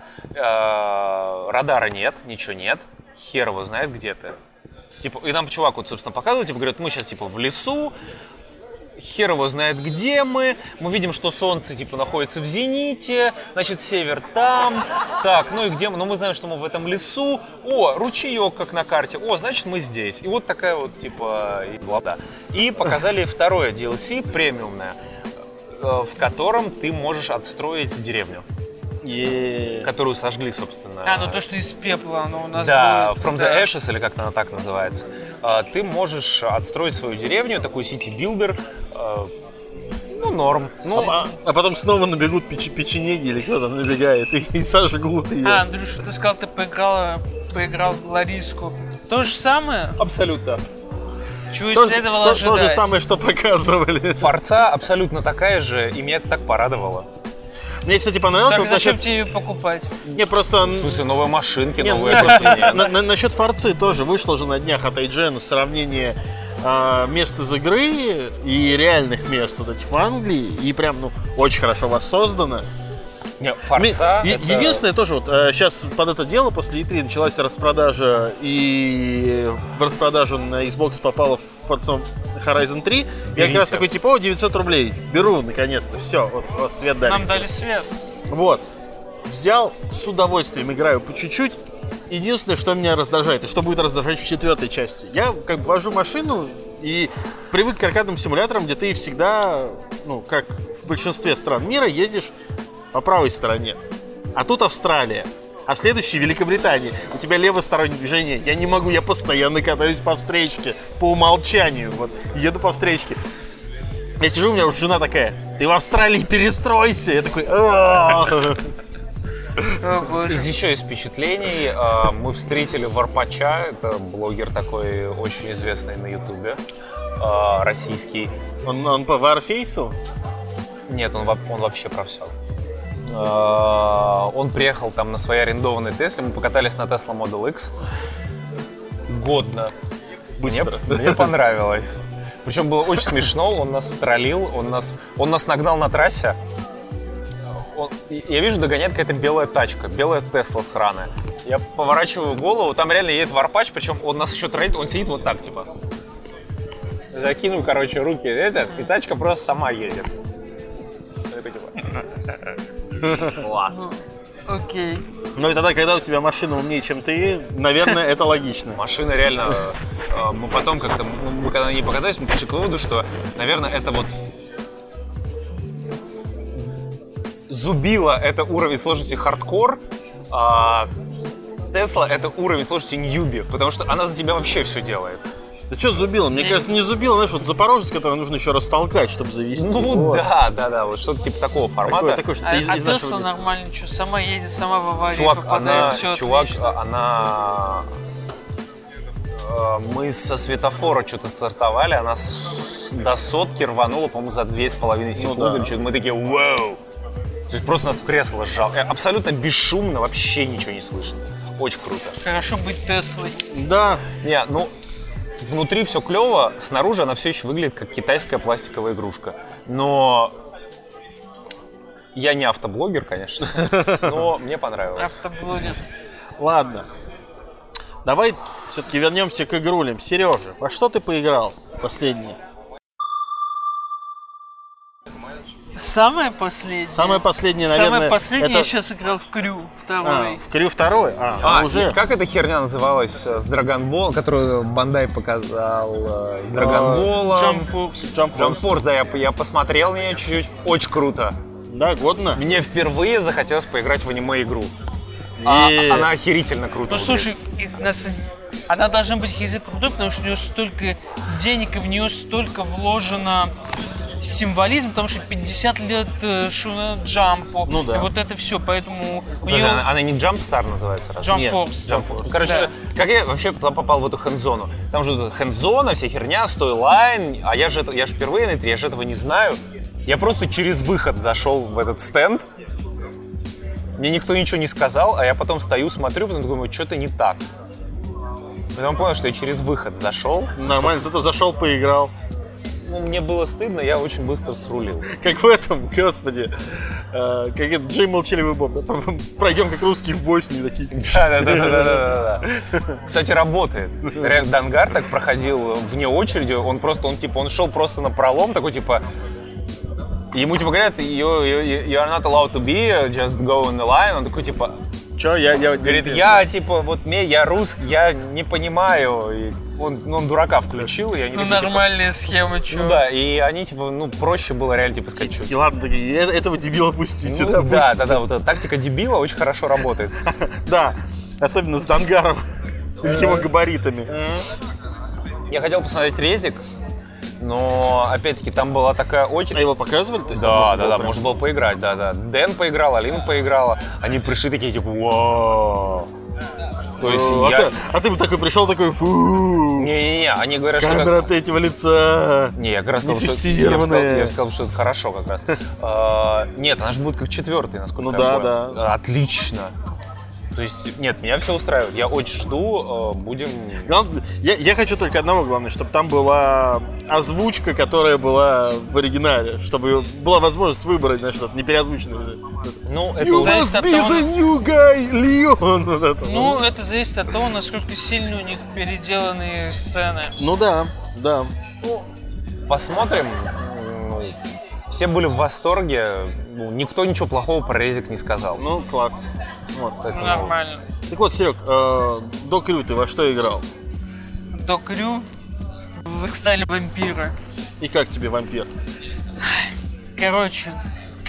Радара нет, ничего нет. Хер его знает, где ты. Типа, и нам чувак вот, собственно, показывает, типа, говорит, мы сейчас, типа, в лесу, хер его знает, где мы видим, что солнце, типа, находится в зените, значит, север там, так, ну и где мы, ну мы знаем, что мы в этом лесу, о, ручеек, как на карте, о, значит, мы здесь, и вот такая вот, типа, да. И показали второе DLC, премиумное, в котором ты можешь отстроить деревню, которую сожгли, собственно. Ну то, что из пепла, оно у нас Да, будет. From the Ashes, или как она так называется. Ты можешь отстроить свою деревню, такой сити-билдер. Ну, норм. Ну, А потом снова набегут печенеги или кто там набегает и сожгут ее. Андрюша, ты сказал, ты поиграл в Лариску. То же самое? абсолютно. Чего То следовало ожидать? же самое, что показывали. Форца абсолютно такая же, и меня это так порадовало. Мне, кстати, понравилось. Так вот зачем насчет... тебе ее покупать? Не, просто... В смысле, новые машинки, Не, новые ну, объяснения. насчет Форцы тоже вышло же на днях от IGN сравнение мест из игры и реальных мест вот этих в Англии. И прям, ну, очень хорошо воссоздано. Не, Форца это... Единственное тоже, вот сейчас под это дело после E3 началась распродажа, и в распродажу на Xbox попала Forza Horizon 3. Я как раз такой, типа, 900 рублей, беру, наконец-то, все, вот, свет дали. Нам дали свет. Вот, взял, с удовольствием играю по чуть-чуть. Единственное, что меня раздражает, и что будет раздражать в 4 части. Я как бы вожу машину и привык к аркадным симуляторам, где ты всегда, ну, как в большинстве стран мира, ездишь по правой стороне. А тут Австралия. А в следующей Великобритания. У тебя левостороннее движение. Я не могу, я постоянно катаюсь по встречке. По умолчанию. Вот, еду по встречке. Я сижу, у меня уже жена такая: ты в Австралии перестройся. Я такой: О, боже. Еще из впечатлений мы встретили Варпача, это блогер такой очень известный на Ютубе, российский. Он по Warface? Нет, он вообще про все. Он приехал там на своей арендованной Тесле, мы покатались на Tesla Model X. Годно. Быстро. Мне понравилось. Причем было очень смешно, он нас троллил, он нас нагнал на трассе. Я вижу, догоняет какая-то белая тачка, белая Тесла сраная. Я поворачиваю голову, там реально едет Варпач, причем он нас еще троллит, он сидит вот так, типа. Закинул, короче, руки, и тачка просто сама едет. Ладно. Окей. Ну и тогда, когда у тебя машина умнее, чем ты, наверное, это логично. Машина реально... Мы потом как-то, мы когда на ней покатались, мы пришли к выводу, что, наверное, это вот... Зубила — это уровень сложности хардкор, а Тесла — это уровень сложности ньюби, потому что она за тебя вообще все делает. Да что зубило? Мне кажется, не зубило, знаешь, вот Запорожец, который нужно еще растолкать, чтобы завести. Ну вот. да, вот что-то типа такого формата. Такое, что А ты из нашего Тесла детства. нормально, что, сама едет, сама в аварию Чувак, попадает, все отлично. она... Мы со светофора что-то стартовали, она до сотки рванула, по-моему, за 2,5 секунды. да. Мы такие, вау! То есть просто нас в кресло сжал. Абсолютно бесшумно, вообще ничего не слышно. Очень круто. Хорошо быть Теслой. Да. Не, ну, внутри все клево, снаружи она все еще выглядит как китайская пластиковая игрушка. Но я не автоблогер, конечно, но мне понравилось. Автоблогер. Ладно. Давай все-таки вернемся к игрулям. Сережа, во что ты поиграл последнее? Самое последнее? Самое последнее, наверное... Самое последнее это... я сейчас играл в Крю, второй. в Крю 2? Уже. Как эта херня называлась с Драгонболом, которую Бандай показал с Драгонболом? Jump Force, да, я посмотрел на нее чуть-чуть. Очень круто. Да, годно. Мне впервые захотелось поиграть в аниме-игру. И... Она охерительно круто. Ну слушай, она должна быть охерительно крутой, потому что у нее столько денег и в нее столько вложено символизм, потому что 50 лет Джампу. Ну да. И вот это все, поэтому у Подожди, нее она не Jump Star называется? Разве? Jump Нет, Force. Jump Force. Короче, Да. как я вообще туда попал в эту хендзону? Там же хендзона, вся херня, стойлайн, а я же впервые на E3, я же этого не знаю. Я просто через выход зашел в этот стенд, мне никто ничего не сказал, а я потом стою, смотрю, потом думаю, что-то не так. Потом понял, что я через выход зашел. Нормально, зато зашел, поиграл. Ну, мне было стыдно, я очень быстро срулил. Как в этом, господи. Как это, Джей Молчаливый Боб. Да? Пройдем как русские в Боснии такие. Да. Кстати, работает. Реально, Дангар так проходил вне очереди, он шел просто на пролом, такой типа. Ему типа говорят, you are not allowed to be, just go in the line. Он такой типа. Че, я Говорит, я типа, вот я русский, я не понимаю. И он дурака включил, и они Ну, такие, нормальная схема, чё. ну да, и они типа, проще было реально типа сказать, что. И ладно, такие, этого дебила пустите, Ну, да, да, вот эта тактика дебила очень хорошо работает. Да, особенно с Дангаром, с его габаритами. Я хотел посмотреть резик, но опять-таки там была такая А очередь. его показывали? То есть там Да, было прям- можно было поиграть, да. Дэн поиграл, Алина поиграла. Они пришли такие, типа, вау. То есть А ты бы такой пришел, такой, фу, Не-не-не, они говорят, что... камера третьего лица. Не, я как раз сказал, что... Нефиксированная. Я сказал, что это хорошо как раз. Нет, она же будет как 4-й, насколько Ну я да, понял. да. Отлично. То есть, нет, меня все устраивает. Я очень жду, будем... Я хочу только одного, главное, чтобы там была озвучка, которая была в оригинале, чтобы была возможность выбрать, знаешь, что-то не переозвученное. Ну, это You зависит must от be того, the new guy, Leon. Вот это. Ну, это зависит от того, насколько сильно у них переделанные сцены. Ну да. Посмотрим. Ну, все были в восторге. Ну, никто ничего плохого про резик не сказал. Ну, класс. Вот. Поэтому- Нормально. Так вот, Серег, до Крю ты во что играл? До Крю в экстайле вампира. И как тебе вампир? Короче,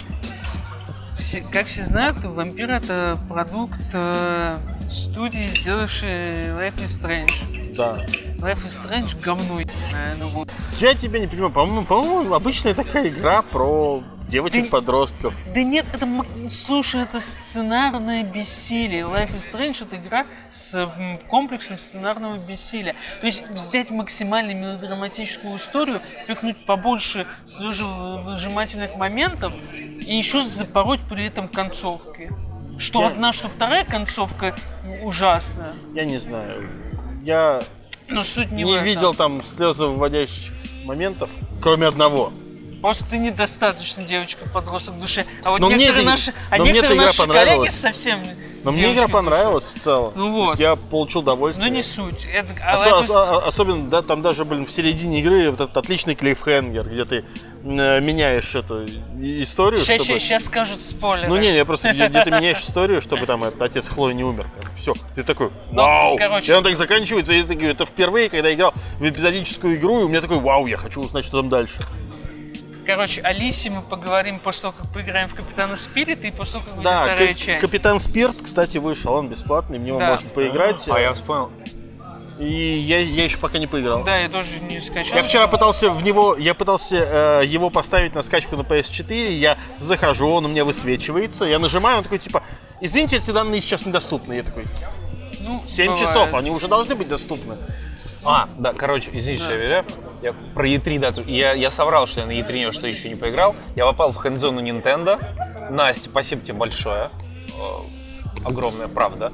как все знают, вампир это продукт студии, сделавшей Life is Strange. Да. Life is Strange говно, ну вот. Я тебя не понимаю, по-моему, обычная такая игра про девочек-подростков. Да нет, слушай, это сценарное бессилие. Life is Strange это игра с комплексом сценарного бессилия. То есть взять максимально мелодраматическую историю, впихнуть побольше слезовыжимательных моментов и еще запороть при этом концовки. Что одна, что вторая концовка ужасная. Я не знаю. Я Но суть не, не в этом. видел там слезовыводящих моментов, кроме одного. Просто ты недостаточно девочка-подросток в душе. А вот Но мне некоторые это- наши, но мне эта игра наши коллеги понравилась. совсем Но мне игра девочки в душе. понравилась в целом. Ну То вот. есть я получил удовольствие. Ну не суть. Особенно, да, там даже, в середине игры вот этот отличный клиффхенгер, где ты меняешь эту историю, чтобы... Сейчас скажут спойлеры. Ну не, я просто где ты меняешь историю, чтобы там этот отец Хлои не умер. Все, ты такой, Ну, вау! короче. И он так заканчивается, и это впервые, когда я играл в эпизодическую игру, и у меня такой, вау, я хочу узнать, что там дальше. Короче, Алисе мы поговорим после того, как поиграем в Капитана Спирита и после того, как будет Да, вторая часть. Капитан Спирт, кстати, вышел, он бесплатный, в него Да. можно поиграть. А я вспомнил. И я еще пока не поиграл. Да, я тоже не скачал. Я вчера пытался его поставить на скачку на PS4, я захожу, он у меня высвечивается, я нажимаю, он такой типа, извините, эти данные сейчас недоступны. Я такой, Ну, 7 бывает. часов, они уже должны быть доступны. Да, короче, извините, что я верю. Я про E3, да, я соврал, что я на E3 что еще не поиграл. Я попал в хендзону Nintendo. Настя, спасибо тебе большое. Огромная правда.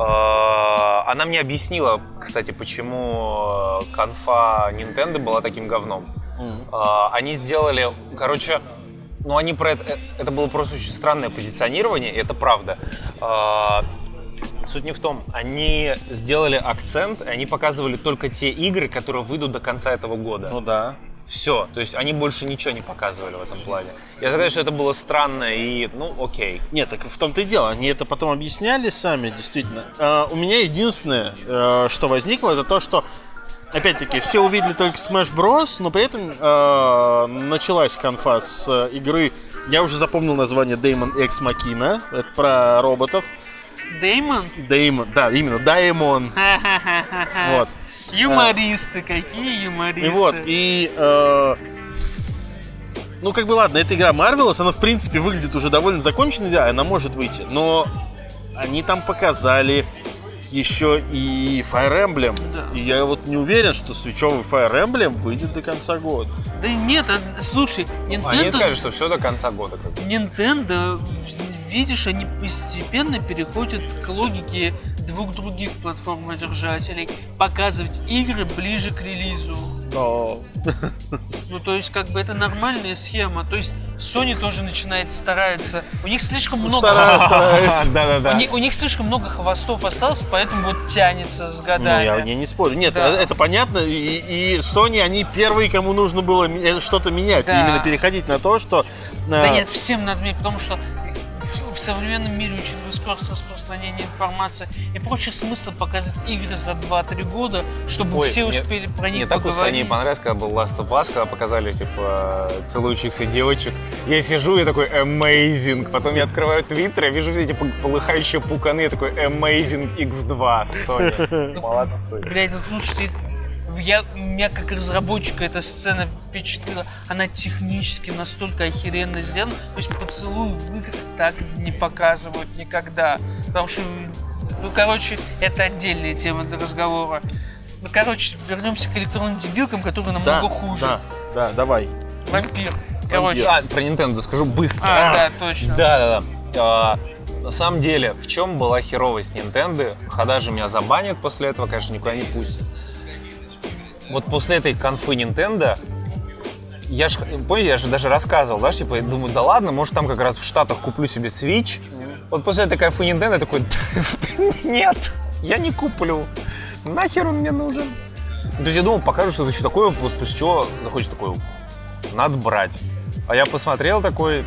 Она мне объяснила, кстати, почему конфа Nintendo была таким говном. Они сделали, короче, ну они про это было просто очень странное позиционирование, и это правда. Суть не в том, они сделали акцент, и они показывали только те игры, которые выйдут до конца этого года. Ну да. Все, то есть они больше ничего не показывали в этом плане. Я сказал, что это было странно и, ну, окей. Нет, так в том-то и дело, они это потом объясняли сами, действительно. У меня единственное, что возникло, это то, что опять-таки, все увидели только Smash Bros, но при этом началась конфа с игры, я уже запомнил название Daemon Ex Machina, это про роботов. Деймон? Daemon, да, именно, Daemon. Вот. Юмористы, какие юмористы. И вот, Ну, как бы, ладно, эта игра Marvelous, она, в принципе, выглядит уже довольно законченной, да, она может выйти. Но они там показали еще и Fire Emblem. Да. И я вот не уверен, что свитчевый Fire Emblem выйдет до конца года. Да нет, слушай, Они Nintendo... сказали, что все до конца года. Как бы. Nintendo, видишь, они постепенно переходят к логике двух других платформодержателей. Показывать игры ближе к релизу. Но... Ну, то есть, как бы это нормальная схема. То есть, Sony тоже начинает стараться. У них слишком много... Стараюсь. Да-да-да. У них слишком много хвостов осталось, поэтому вот тянется с Ну, годами. я не спорю. Нет, Да. это понятно. И Sony, они первые, кому нужно было что-то менять. Да. Именно переходить на то, что... Да нет, всем надо менять, потому что в современном мире учитывая скорость распространения информации и прочий смысл показывать игры за 2-3 года, чтобы Ой, все мне- успели про них Мне так у Sony поговорить. понравилось, когда был Last of Us, когда показали, типа, целующихся девочек. Я сижу и такой, amazing. Потом я открываю Twitter, я вижу все эти полыхающие пуканы, я такой, amazing X2, Sony. Молодцы. Блять, ну слушайте, меня как разработчика эта сцена впечатлила. Она технически настолько охеренно сделана. То есть поцелуй в играх так не показывают никогда. Потому что, ну, короче, это отдельная тема для разговора. Ну, короче, вернемся к электронным дебилкам, которые намного хуже. Да, давай. Вампир. Короче. Про Nintendo скажу быстро. Да, точно. Да. На самом деле, в чем была херовость Nintendo? Хода же меня забанят после этого, конечно, никуда не пустят. Вот после этой конфы Nintendo, помните, я же даже рассказывал, да, типа, я думаю, да ладно, может там как раз в Штатах куплю себе Switch. Вот после этой конфы Nintendo я такой, нет, я не куплю. Нахер он мне нужен? То есть я думал, покажу что-то еще такое, после чего захочешь такой, надо брать. А я посмотрел такой,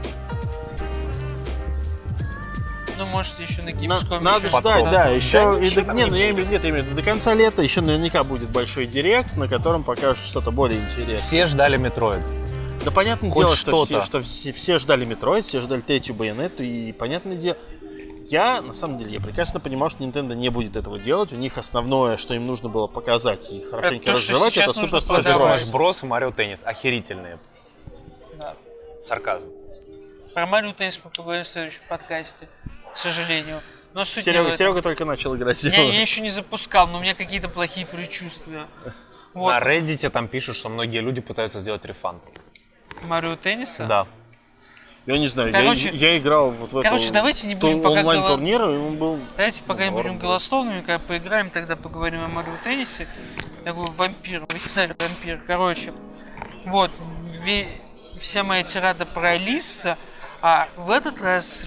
Ну, можете еще на Gamescom. Надо еще ждать, да, еще... Да, ничего я имею в виду, до конца лета еще наверняка будет большой директ, на котором покажут что-то более интересное. все ждали Metroid. Да, понятное Хоть дело, что что-то. все ждали Metroid, все ждали третью Байонетту, и понятное дело, на самом деле, я прекрасно понимал, что Nintendo не будет этого делать, у них основное, что им нужно было показать и хорошенько то, что развивать, сейчас это нужно Super Smash продавать. Bros. Smash Bros и Mario Tennis охерительные. Да. Сарказм. Про Mario Tennis мы поговорим в следующем подкасте, к сожалению. Но суть не в этом. Серега только начал играть. Я еще не запускал, но у меня какие-то плохие предчувствия. Вот. На Reddit там пишут, что многие люди пытаются сделать рефанд. Марио Тенниса? Да. Я не знаю, Короче, я играл вот в короче, давайте не будем пока онлайн-турнир, и он был... Давайте пока не будем голословными, когда поиграем, тогда поговорим о Марио Теннисе. Я говорю, вампир, вы знали, вампир. Короче, вот, вся моя тирада про Алиса, а в этот раз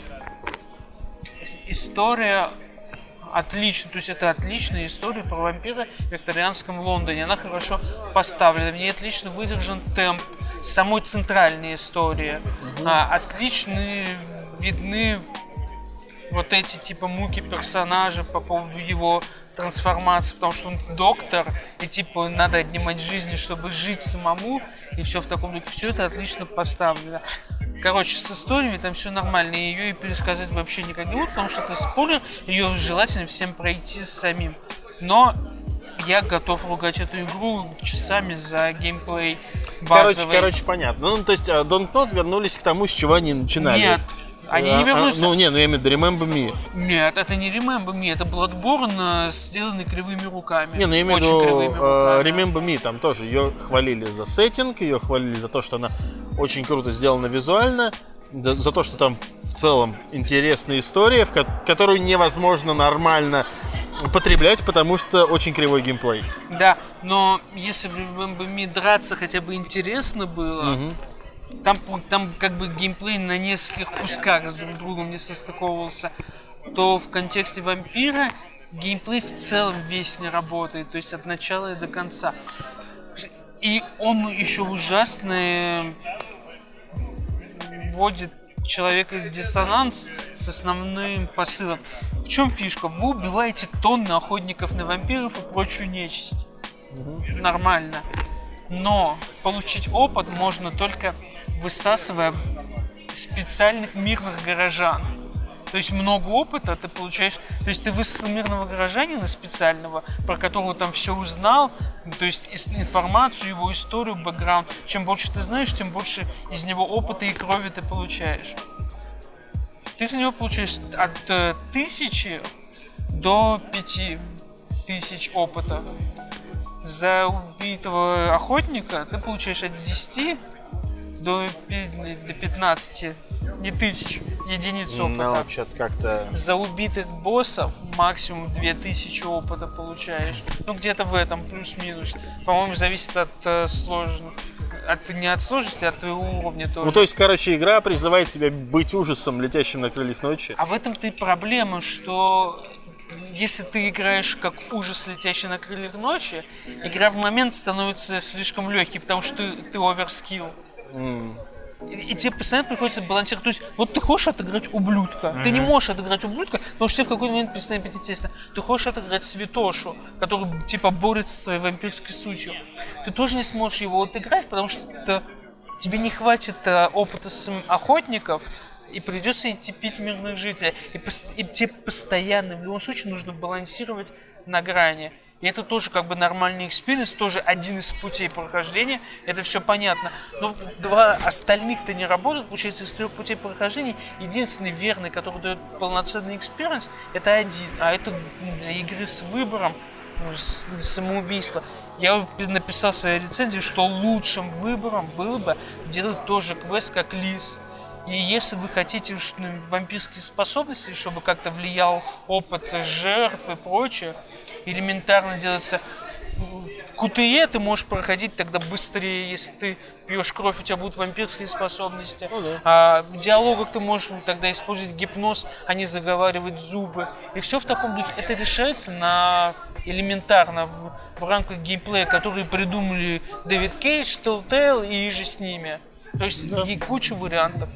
история отличная, то есть это отличная история про вампира в викторианском Лондоне. Она хорошо поставлена, в ней отлично выдержан темп самой центральной истории. Отлично видны вот эти типа муки персонажа по поводу его трансформации, потому что он доктор, и типа надо отнимать жизни, чтобы жить самому, и все в таком духе. Все это отлично поставлено. Короче, с историями там все нормально, и ее и пересказать вообще никак не буду, потому что это спойлер, ее желательно всем пройти самим. Но я готов ругать эту игру часами за геймплей базовый. Короче, понятно. Ну, то есть, Dontnod вернулись к тому, с чего они начинали. Нет, они не вернулись. Ну, я имею в виду Remember Me. Нет, это не Remember Me, это Bloodborne, сделанный кривыми руками. Я имею в Очень виду кривыми руками. Remember Me, там тоже ее хвалили за сеттинг, ее хвалили за то, что она очень круто сделана визуально, за то, что там в целом интересная история, которую невозможно нормально потреблять, потому что очень кривой геймплей. Да, но если в Remember Me драться хотя бы интересно было, там как бы геймплей на нескольких кусках с друг другом не состыковывался, то в контексте вампира геймплей в целом весь не работает, то есть от начала и до конца. И он еще ужасно вводит человека в диссонанс с основным посылом. В чем фишка? Вы убиваете тонны охотников на вампиров и прочую нечисть. Нормально. Но получить опыт можно только высасывая специальных мирных горожан. То есть много опыта ты получаешь. То есть ты высосал мирного гражданина специального, про которого там все узнал, то есть информацию, его историю, бэкграунд. Чем больше ты знаешь, тем больше из него опыта и крови ты получаешь. Ты за него получаешь от 1000 до 5000 опыта. За убитого охотника ты получаешь от 10 до 15, не тысяч, единиц опыта. Ну, что-то как-то... За убитых боссов максимум 2000 опыта получаешь. Ну, где-то в этом, плюс-минус. По-моему, зависит от сложности. Не от сложности, а от твоего уровня тоже. Ну, то есть, короче, игра призывает тебя быть ужасом, летящим на крыльях ночи. А в этом-то и проблема, что если ты играешь как ужас, летящий на крыльях ночи, игра в момент становится слишком легкой, потому что ты оверскилл. И тебе постоянно приходится балансировать. То есть, вот ты хочешь отыграть ублюдка. Ты не можешь отыграть ублюдка, потому что тебе в какой-то момент перестанет быть интересно. Ты хочешь отыграть святошу, который типа борется со своей вампирской сутью. Ты тоже не сможешь его отыграть, потому что тебе не хватит опыта с охотников, и придется идти пить мирных жителей. И тебе постоянно, в любом случае, нужно балансировать на грани. И это тоже как бы нормальный экспириенс, тоже один из путей прохождения, это все понятно. Но два остальных-то не работают, получается, из 3 путей прохождения единственный верный, который дает полноценный экспириенс, это один, а это для игры с выбором, самоубийство. Я написал в своей рецензии, что лучшим выбором было бы делать тоже квест как лис. И если вы хотите вампирские способности, чтобы как-то влиял опыт жертв и прочее, элементарно делается QTE, ты можешь проходить тогда быстрее, если ты пьешь кровь, у тебя будут вампирские способности. А в диалогах ты можешь тогда использовать гипноз, а не заговаривать зубы. И все в таком духе. Это решается элементарно в рамках геймплея, которые придумали Дэвид Кейдж, Telltale и же с ними. То есть и куча вариантов.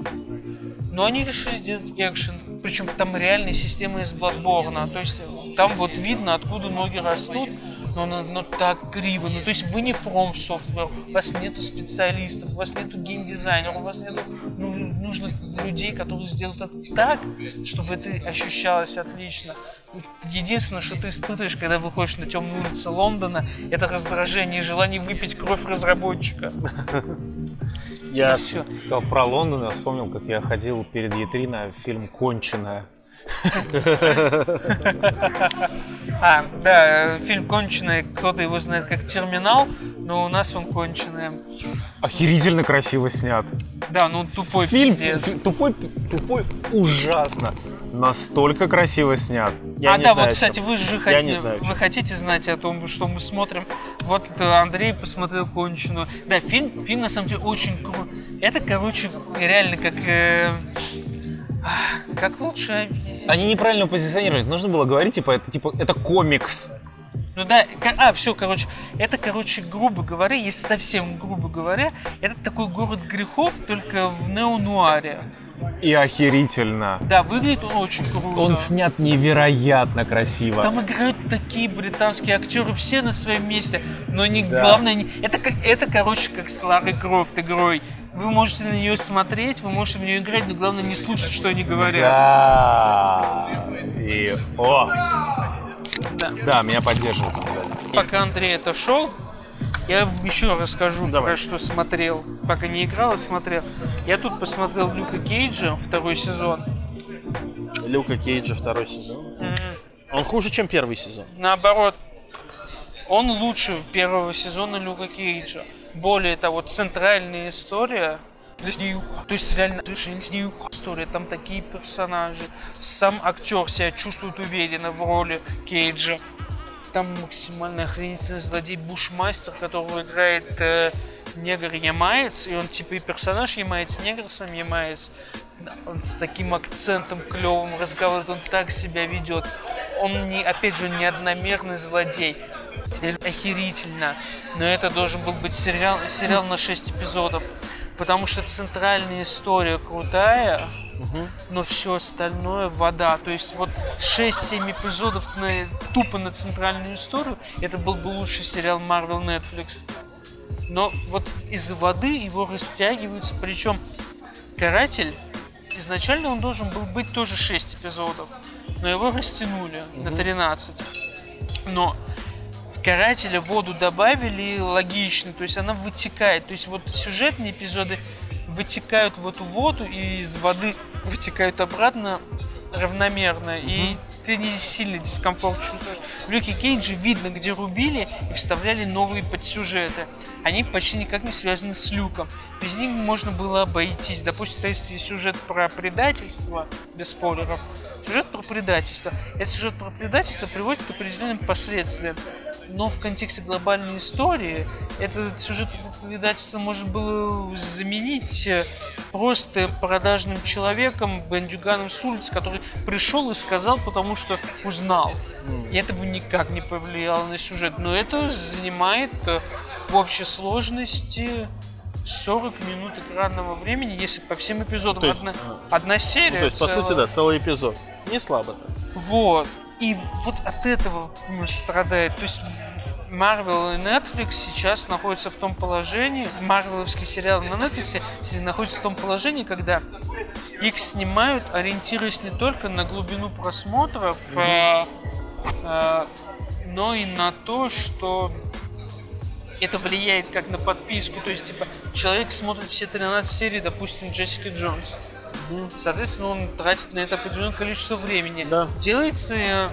Но они решили сделать экшен. Причем там реальная система из Bloodborne. То есть там вот видно, откуда ноги растут. Но так криво. Ну, то есть вы не From Software, у вас нету специалистов, у вас нету геймдизайнеров, у вас нету нужных людей, которые сделают это так, чтобы это ощущалось отлично. Единственное, что ты испытываешь, когда выходишь на темную улицу Лондона, это раздражение и желание выпить кровь разработчика. Я сказал про Лондон, я вспомнил, как я ходил перед E3 на фильм «Конченая». Да, фильм «Конченый», кто-то его знает как «Терминал», но у нас он «Конченый». Охерительно красиво снят. Да, ну тупой фильм, пиздец. Тупой ужасно. Настолько красиво снят. Вот, кстати, вы же вы хотите знать о том, что мы смотрим. Вот Андрей посмотрел «Конченую». Да, фильм на самом деле очень крутой. Это, короче, реально как лучше. Они неправильно позиционировали. Нужно было говорить, это комикс. Ну да, все, это, грубо говоря, если совсем грубо говоря, это такой город грехов, только в неонуаре. И охерительно. Да, выглядит он очень круто. Он снят невероятно красиво. Там играют такие британские актеры, все на своем месте. Но главное, это как с Ларой Крофт игрой. Вы можете на нее смотреть, вы можете в нее играть, но главное не слушать, что они говорят. Да, меня поддерживают. Пока Андрей отошел, я еще расскажу, про что смотрел. Пока не играл, а смотрел. Я тут посмотрел Люка Кейджа, 2 сезон. Люка Кейджа, 2 сезон? Он хуже, чем 1 сезон? Наоборот. Он лучше 1 сезона Люка Кейджа. Более того, центральная история. То есть реально история, там такие персонажи. Сам актер себя чувствует уверенно в роли Кейджа. Там максимально охренительный злодей Бушмастер, которого играет негр-ямаец. И он типа и персонаж ямаец, негр сам ямаец. Он с таким акцентом клевым разговаривает, он так себя ведет. Он опять же, не одномерный злодей. Охерительно. Но это должен был быть сериал на 6 эпизодов. Потому что центральная история крутая, но все остальное вода. То есть вот 6-7 эпизодов тупо на центральную историю, это был бы лучший сериал Marvel Netflix. Но вот из-за воды его растягиваются. Причем каратель изначально он должен был быть тоже 6 эпизодов, но его растянули на 13. Но в «Карателя» воду добавили логично, то есть она вытекает. То есть вот сюжетные эпизоды вытекают в эту воду, и из воды вытекают обратно равномерно. И ты не сильно дискомфорт чувствуешь. В «Люке Кейдже» видно, где рубили и вставляли новые подсюжеты. Они почти никак не связаны с Люком. Без них можно было обойтись. Допустим, если сюжет про предательство, без спойлеров, сюжет про предательство. Этот сюжет про предательство приводит к определенным последствиям. Но в контексте глобальной истории этот сюжет про предательство можно было заменить просто продажным человеком, бандюганом с улицы, который пришел и сказал, потому что узнал. И это бы никак не повлияло на сюжет. Но это занимает в общей сложности 40 минут экранного времени, если по всем эпизодам. То есть, одна серия. То есть, по сути, да, целый эпизод. Не слабо. Вот. И вот от этого страдает. То есть Marvel и Netflix сейчас находятся в том положении, марвеловские сериалы на Netflix находятся в том положении, когда их снимают, ориентируясь не только на глубину просмотров, но и на то, что это влияет как на подписку. То есть, типа, человек смотрит все 13 серий, допустим, Джессики Джонс. Соответственно, он тратит на это определенное количество времени. Да. Делается...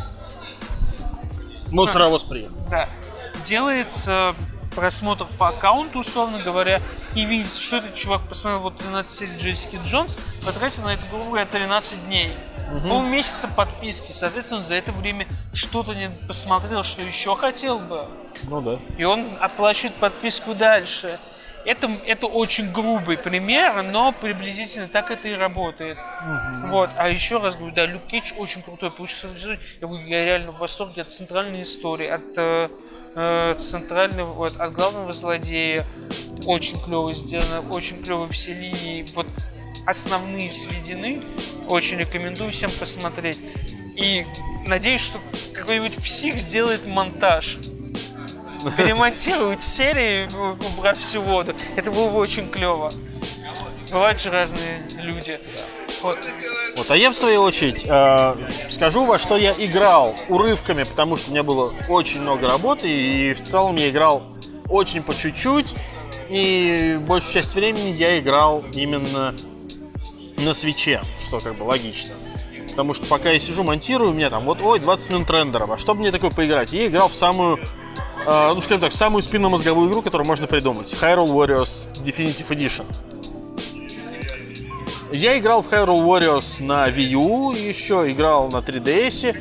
Сразу приехал. Да. Делается просмотр по аккаунту, условно говоря, и видится, что этот чувак посмотрел вот 13 серий Джессики Джонс, потратил на это, грубо говоря, 13 дней. Полмесяца подписки. Соответственно, он за это время что-то не посмотрел, что еще хотел бы. Ну да. И он оплачивает подписку дальше. Это очень грубый пример, но приблизительно так это и работает. Вот. А еще раз говорю, да, Люк Кейдж очень крутой получился эпизод. Я реально в восторге от центральной истории, от центрального, вот, от главного злодея. Очень клево сделано, очень клево все линии. Вот основные сведены. Очень рекомендую всем посмотреть. И надеюсь, что какой-нибудь псих сделает монтаж. Перемонтируют серии, убрав всю воду. Это было бы очень клево. Бывают же разные люди. Вот. А я в свою очередь скажу, во что я играл урывками, потому что у меня было очень много работы, и в целом я играл очень по чуть-чуть, и большую часть времени я играл именно на свитче, что как бы логично. Потому что пока я сижу, монтирую, у меня там 20 минут рендера. А что мне такое поиграть? Я играл в самую, скажем так, самую спинномозговую игру, которую можно придумать. Hyrule Warriors Definitive Edition. Я играл в Hyrule Warriors на Wii U, еще играл на 3DS.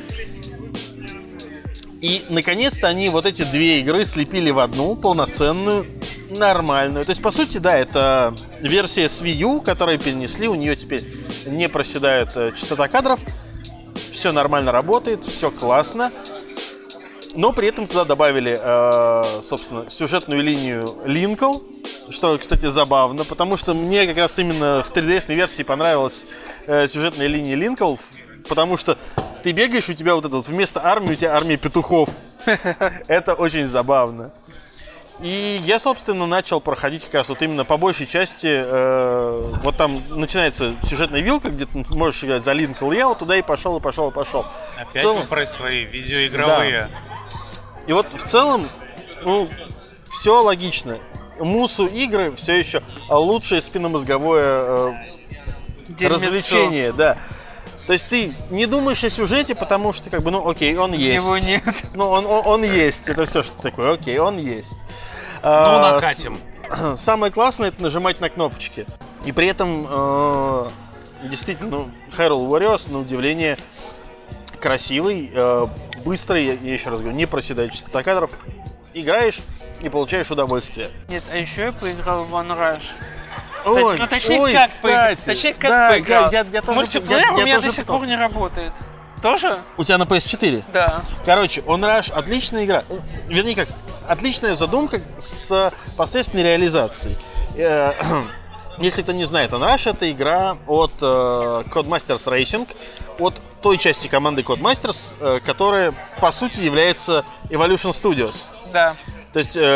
И, наконец-то, они вот эти две игры слепили в одну, полноценную, нормальную. То есть, по сути, да, это версия с Wii U, которую перенесли, у нее теперь не проседает частота кадров. Все нормально работает, все классно. Но при этом туда добавили, собственно, сюжетную линию Линкл, что, кстати, забавно, потому что мне как раз именно в 3DS-ной версии понравилась сюжетная линия Линкл, потому что ты бегаешь, у тебя вот это вот вместо армии, у тебя армия петухов. Это очень забавно. И я, собственно, начал проходить как раз вот именно по большей части, вот там начинается сюжетная вилка, где ты можешь играть за Линкл, я вот туда и пошел. Опять вы про свои видеоигровые. Да. И вот в целом, все логично. Мусу игры все еще лучшее спинномозговое развлечение, да. То есть ты не думаешь о сюжете, потому что как бы, окей, он есть. Его нет. Он есть, это все, что такое, окей, он есть. Накатим. Самое классное — это нажимать на кнопочки. И при этом действительно, Hyrule Warriors, на удивление, красивый, быстрый, я еще раз говорю, не проседает частота кадров. Играешь и получаешь удовольствие. Нет, а еще я поиграл в One Rush. Ой, кстати. Точнее, как поиграл. Я тоже, мультиплеер у меня до сих пор пытался. не работает. Тоже? У тебя на PS4? Да. Короче, One Rush отличная игра. Вернее, как, отличная задумка с посредственной реализацией. Если кто не знает, One Rush — это игра от Codemasters Racing, от той части команды Codemasters, которая, по сути, является Evolution Studios. Да. То есть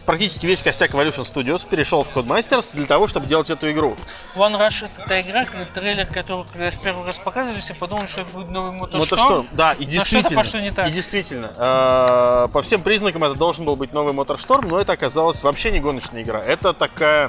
практически весь костяк Evolution Studios перешел в Codemasters для того, чтобы делать эту игру. One Rush — это та игра, трейлер, который, когда в первый раз показывали, все подумали, что это будет новый MotorStorm. MotorStorm, да, и действительно. Пошло не так. И действительно, по всем признакам это должен был быть новый MotorStorm, но это оказалось вообще не гоночная игра. Это такая...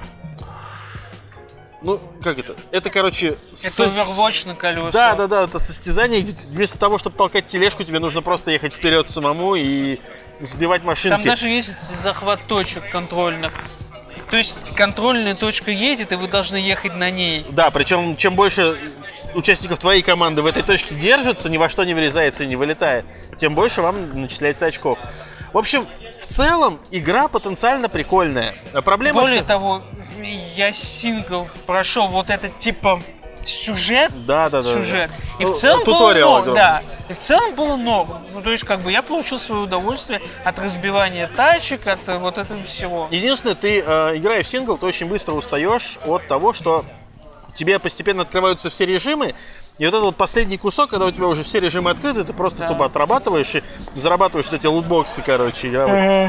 Ну, как это? Это, короче... Это Overwatch на колесах. Да, это состязание, где вместо того, чтобы толкать тележку, тебе нужно просто ехать вперед самому и сбивать машинки. Там даже есть захват точек контрольных. То есть контрольная точка едет, и вы должны ехать на ней. Да, причем чем больше участников твоей команды в этой точке держится, ни во что не врезается и не вылетает, тем больше вам начисляется очков. В общем, в целом, игра потенциально прикольная. Проблема Более того, я сингл прошел вот этот типа сюжет. Сюжет. И в целом туториал, было норм. Да. И в целом было норм. Ну, то есть, как бы я получил свое удовольствие от разбивания тачек, от вот этого всего. Единственное, ты, играя в сингл, ты очень быстро устаешь от того, что тебе постепенно открываются все режимы. И вот этот вот последний кусок, когда у тебя уже все режимы открыты, ты просто тупо отрабатываешь и зарабатываешь вот эти лутбоксы, короче, игровые.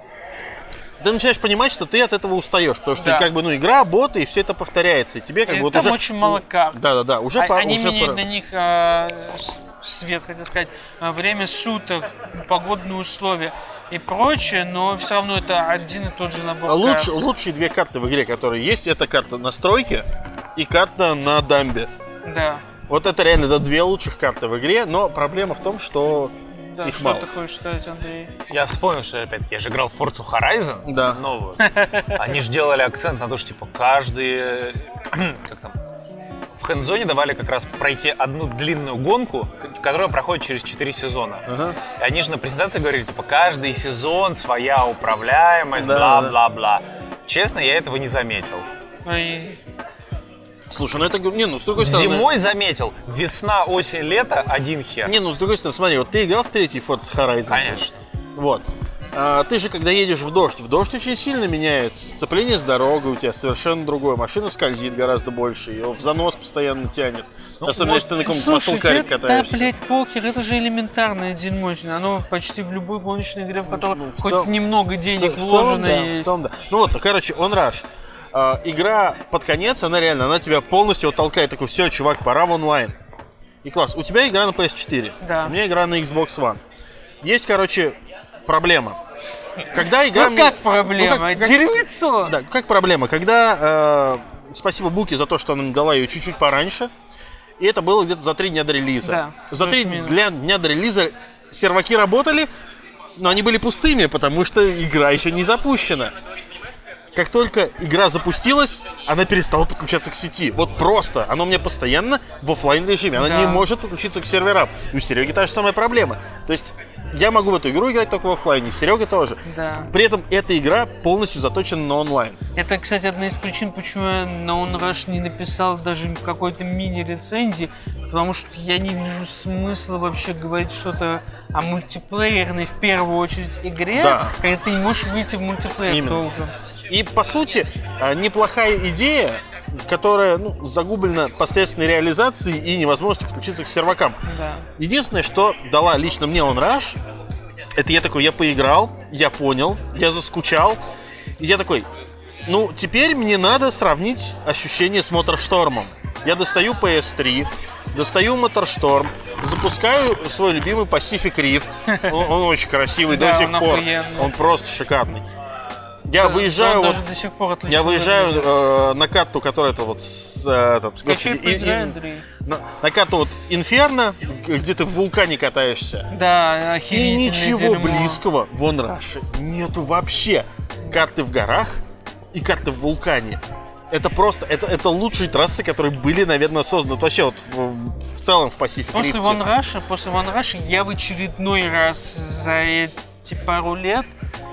Ты начинаешь понимать, что ты от этого устаешь, потому что как бы, ну, игра, боты, и все это повторяется. И тебе как бы вот там уже... очень мало карт. Да, уже пора. Они меняют на них свет, хотел сказать, время суток, погодные условия и прочее, но все равно это один и тот же набор карт. Лучшие две карты в игре, которые есть, это карта настройки и карта на дамбе. Да. Вот это реально две лучших карты в игре, но проблема в том, что да, их что мало. ты хочешь сказать, Андрей? Я вспомнил, что опять-таки я же играл в Forza Horizon новую. Они же делали акцент на то, что типа каждый... Как там? В хэндзоне давали как раз пройти одну длинную гонку, которая проходит через 4 сезона. И они же на презентации говорили, типа, каждый сезон своя управляемость, бла-бла-бла. Честно, я этого не заметил. Слушай, ну это... Не, ну с другой стороны... Зимой заметил. Весна, осень, лето — один хер. Не, ну с другой стороны, смотри, вот ты играл в третий Forza Horizon. Конечно. Вот. Ты же, когда едешь в дождь очень сильно меняется. Сцепление с дорогой у тебя совершенно другое. Машина скользит гораздо больше, ее в занос постоянно тянет. Ну, особенно, если ты на каком-то маслкаре катаешься. Да, блядь, покер, это же элементарное дерьмо. Оно почти в любой гоночной игре, в которой хоть немного денег вложено есть. В целом, да. Ну вот, короче, On Rush. Игра под конец, она реально, она тебя полностью толкает. Такой, все, чувак, пора в онлайн. И класс, у тебя игра на PS4, да. У меня игра на Xbox One. Есть, короче, проблема. Когда игра... Ну как проблема? Дерьмецо! Да, как проблема? Когда... спасибо Буке за то, что она мне дала ее чуть-чуть пораньше. И это было где-то за 3 дня до релиза. Да, за 3 дня до релиза серваки работали, но они были пустыми, потому что игра еще не запущена. Как только игра запустилась, она перестала подключаться к сети. Вот просто. Она у меня постоянно в офлайн режиме. Она не может подключиться к серверам. И у Сереги та же самая проблема. То есть я могу в эту игру играть только в офлайне, Серега тоже. Да. При этом эта игра полностью заточена на онлайн. Это, кстати, одна из причин, почему я на On Rush не написал даже какой-то мини-рецензии. Потому что я не вижу смысла вообще говорить что-то о мультиплеерной, в первую очередь, игре, когда ты не можешь выйти в мультиплеер толком. И, по сути, неплохая идея, которая загублена последственной реализацией и невозможностью подключиться к сервакам. Да. Единственное, что дала лично мне On Rush, это я поиграл, я понял, я заскучал. И я такой, теперь мне надо сравнить ощущения с MotorStorm. Я достаю PS3, достаю MotorStorm, запускаю свой любимый Pacific Rift. Он очень красивый до сих пор. Он просто шикарный. Я выезжаю, на карту, которая это вот на карту вот Инферно, где ты в вулкане катаешься. Да, охерительное и ничего дерьмо. близкого в On Rush нету вообще. Карты в горах и карты в вулкане. Это просто, это лучшие трассы, которые были, наверное, созданы. Вот вообще вот в целом в Pacific Rift. После One Rush я в очередной раз за эти пару лет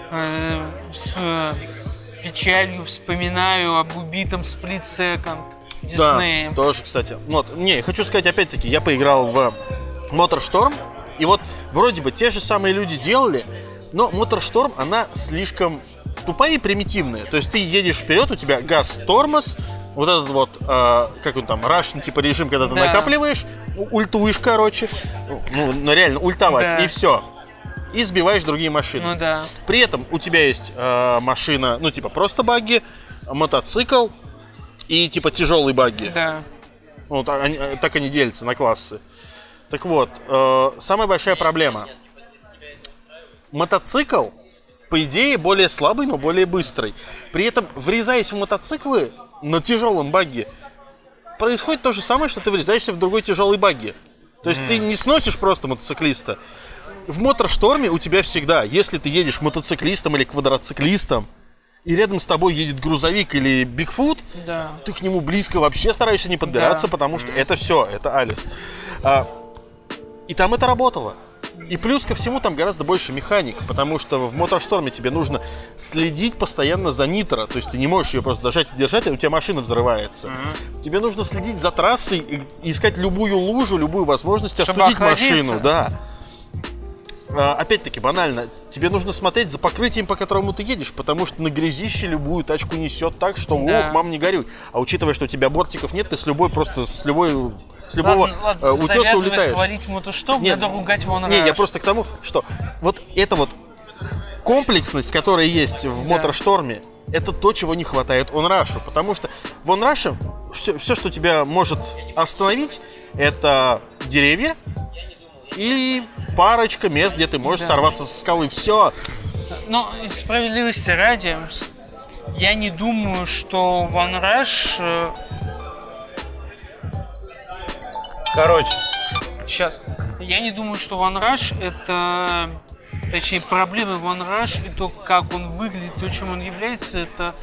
с печалью вспоминаю об убитом Split Second Disney. Да, тоже, кстати. Я хочу сказать, опять-таки, я поиграл в MotorStorm, и вот вроде бы те же самые люди делали, но MotorStorm, она слишком тупая и примитивная. То есть ты едешь вперед, у тебя газ, тормоз, вот этот вот, как он там, рашный типа режим, когда ты накапливаешь, ультуешь, короче, реально ультовать, и все. и сбиваешь другие машины. Ну да. При этом у тебя есть машина, ну типа просто багги, мотоцикл и типа тяжелые багги. Да. Вот, так они делятся на классы. Так вот, самая большая проблема. Мотоцикл, по идее, более слабый, но более быстрый. При этом, врезаясь в мотоциклы на тяжелом багги, происходит то же самое, что ты врезаешься в другой тяжелый багги. То есть ты не сносишь просто мотоциклиста. В Моторшторме у тебя всегда, если ты едешь мотоциклистом или квадроциклистом, и рядом с тобой едет грузовик или Бигфут, Да. ты к нему близко вообще стараешься не подбираться, Да. потому что это все, это Алис. И там это работало. И плюс ко всему там гораздо больше механик, потому что в Моторшторме тебе нужно следить постоянно за нитро, то есть ты не можешь ее просто зажать и держать, а у тебя машина взрывается. Тебе нужно следить за трассой и искать любую лужу, любую возможность Чтобы остудить охладиться. машину, да. Опять-таки, банально, тебе нужно смотреть за покрытием, по которому ты едешь, потому что на грязище любую тачку несет так, что Да. ох, мам, не горюй. А учитывая, что у тебя бортиков нет, ты с любого Ладно, утеса завязывай улетаешь. хвалить Мотошторм, Нет, надо ругать One Не, я Rush. просто к тому, что вот эта вот комплексность, которая есть в Моторшторме, это то, чего не хватает Онрашу. Потому что в Онраше все, что тебя может остановить, это деревья и парочка мест, где ты можешь сорваться со скалы. Все. Но справедливости ради, я не думаю, что One Rush... Короче, Сейчас. Я не думаю, что One Rush это... Точнее, проблемы One Rush и то, как он выглядит, то, чем он является, это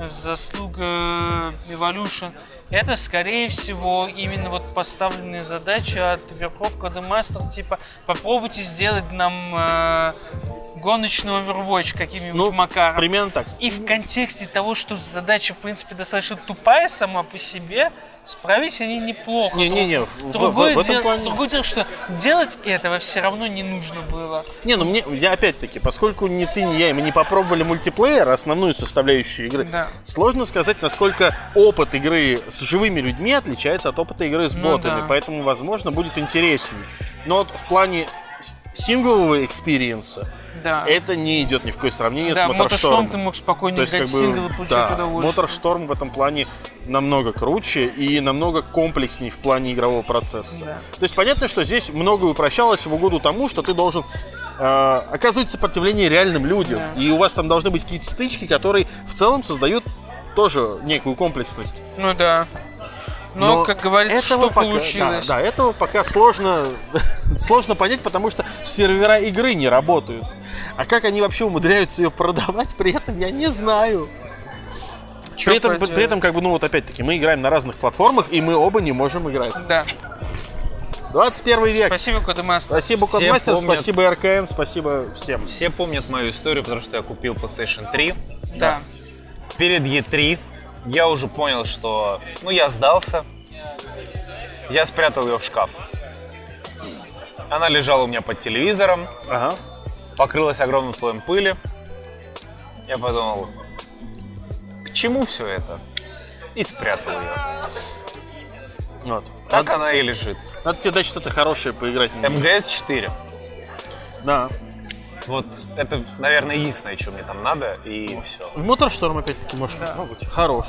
заслуга Evolution. Это, скорее всего, именно вот поставленная задача от Верхов Codemaster, типа, попробуйте сделать нам гоночный Overwatch каким-нибудь макаром. Примерно так. И в контексте того, что задача, в принципе, достаточно тупая сама по себе, справились они неплохо. Не-не-не, Другое в этом дело, плане... другое дело, что делать этого все равно не нужно было. Не, ну я опять-таки, поскольку ни ты, ни я, и мы не попробовали мультиплеер, основную составляющую игры, Да. сложно сказать, насколько опыт игры с живыми людьми отличается от опыта игры с ботами, да. поэтому, возможно, будет интереснее. Но вот в плане синглового экспириенса Да. это не идет ни в какое сравнение Да, с в Motorstorm Моторштормом. ты мог спокойно То есть, играть как бы, сингл и получать да, удовольствие. Моторшторм в этом плане намного круче и намного комплекснее в плане игрового процесса. Да. То есть понятно, что здесь многое упрощалось в угоду тому, что ты должен оказывать сопротивление реальным людям. Да. И у вас там должны быть какие-то стычки, которые в целом создают тоже некую комплексность. Ну да. Но, как говорится, этого что пока, получилось. Да, этого пока сложно, сложно понять, потому что сервера игры не работают. А как они вообще умудряются ее продавать, при этом я не знаю. Чё При поделать? этом, как бы, ну вот опять-таки, мы играем на разных платформах, и мы оба не можем играть. Да. 21 век. Спасибо, Codemaster. Спасибо, Все Codemaster, помнят. спасибо РКН, спасибо всем. все помнят мою историю, потому что я купил PlayStation 3. Да. Перед E3 я уже понял, что... Ну, я сдался. Я спрятал ее в шкаф. Она лежала у меня под телевизором, Ага. покрылась огромным слоем пыли. Я подумал, к чему все это? И спрятал ее. Вот. Так она и лежит. Надо тебе дать что-то хорошее поиграть. МГС 4. Да. Вот это, наверное, единственное, что мне там надо, и все. В Моторшторм опять-таки можешь попробовать. Хорош.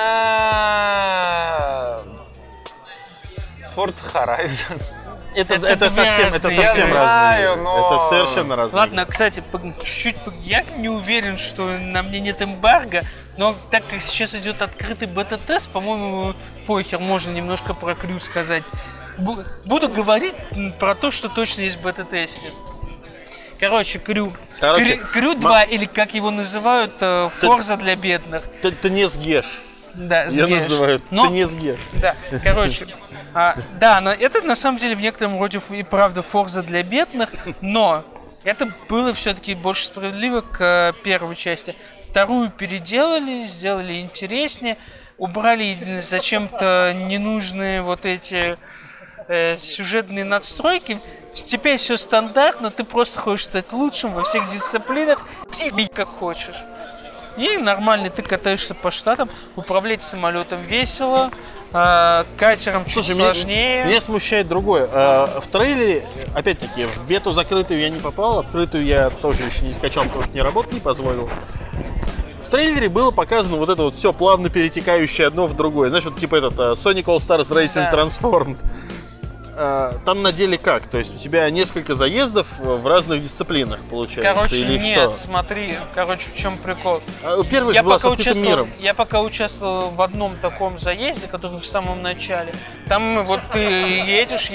Forza Horizon. Это совсем, это разные. совсем Я разные. знаю, игры. но- Это совершенно разные. Ладно, кстати, чуть-чуть я не уверен, что на мне нет эмбарго, но так как сейчас идет открытый бета-тест, по-моему, похер, можно немножко про Крю сказать. Буду говорить про то, что точно есть в бета-тесте. Короче, Крю. Крю 2, или как его называют, Форза для бедных. Ты не сгеш. Да, Я сгеш. называю. Но- Ты не сгеш. Да, короче, да, это на самом деле в некотором роде и правда Форза для бедных, но это было все-таки больше справедливо к первой части. Вторую переделали, сделали интереснее, убрали зачем-то ненужные вот эти сюжетные надстройки. Теперь все стандартно, ты просто хочешь стать лучшим во всех дисциплинах, тебе как хочешь. И нормально ты катаешься по штатам, управлять самолетом весело, Катером чуть Слушай, сложнее. меня смущает другое. В трейлере, опять-таки, в бету закрытую я не попал, открытую я тоже еще не скачал, потому что мне работа не позволила. В трейлере было показано вот это вот все плавно перетекающее одно в другое. Знаешь, вот типа этот Sonic All Stars Racing Transformed. Там на деле как? То есть у тебя несколько заездов в разных дисциплинах, получается, Короче, или нет, что? смотри, в чем прикол. Первый же был с открытым миром. Я пока участвовал в одном таком заезде, который в самом начале. Там вот ты едешь,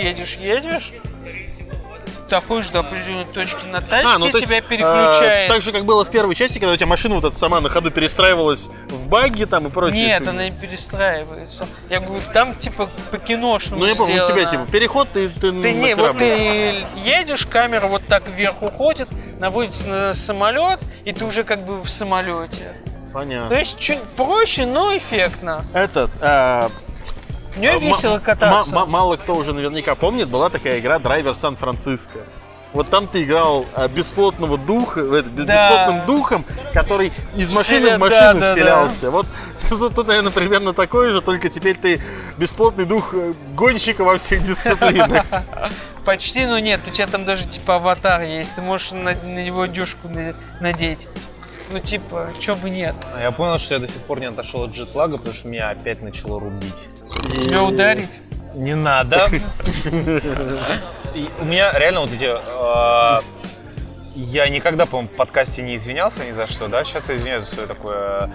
доходишь до определенной точки на тачке, тебя переключает. Так же, как было в первой части, когда у тебя машина вот эта сама на ходу перестраивалась в багги там и прочее. Нет, она не перестраивается. Я говорю, там типа по киношному Ну я помню, у сделано. тебя типа переход, ты не, на вот ты едешь, камера вот так вверх уходит, наводится на самолет, и ты уже как бы в самолете. Понятно. То есть чуть проще, но эффектно. В нее весело кататься. Мало кто уже наверняка помнит, была такая игра Драйвер Сан-Франциско. Вот там ты играл бесплотного духа, бесплотным духом, который из машины в машину вселялся. Вот тут, наверное, примерно такое же, только теперь ты бесплотный дух гонщика во всех дисциплинах. Почти, но нет, у тебя там даже типа аватар есть, ты можешь на него одежку надеть. Ну типа, чё бы нет. Я понял, что я до сих пор не отошел от джетлага, потому что меня опять начало рубить. Тебя ударить? Не надо. У меня реально вот эти... Я никогда, по-моему, в подкасте не извинялся ни за что, да? Сейчас я извиняюсь за свое такое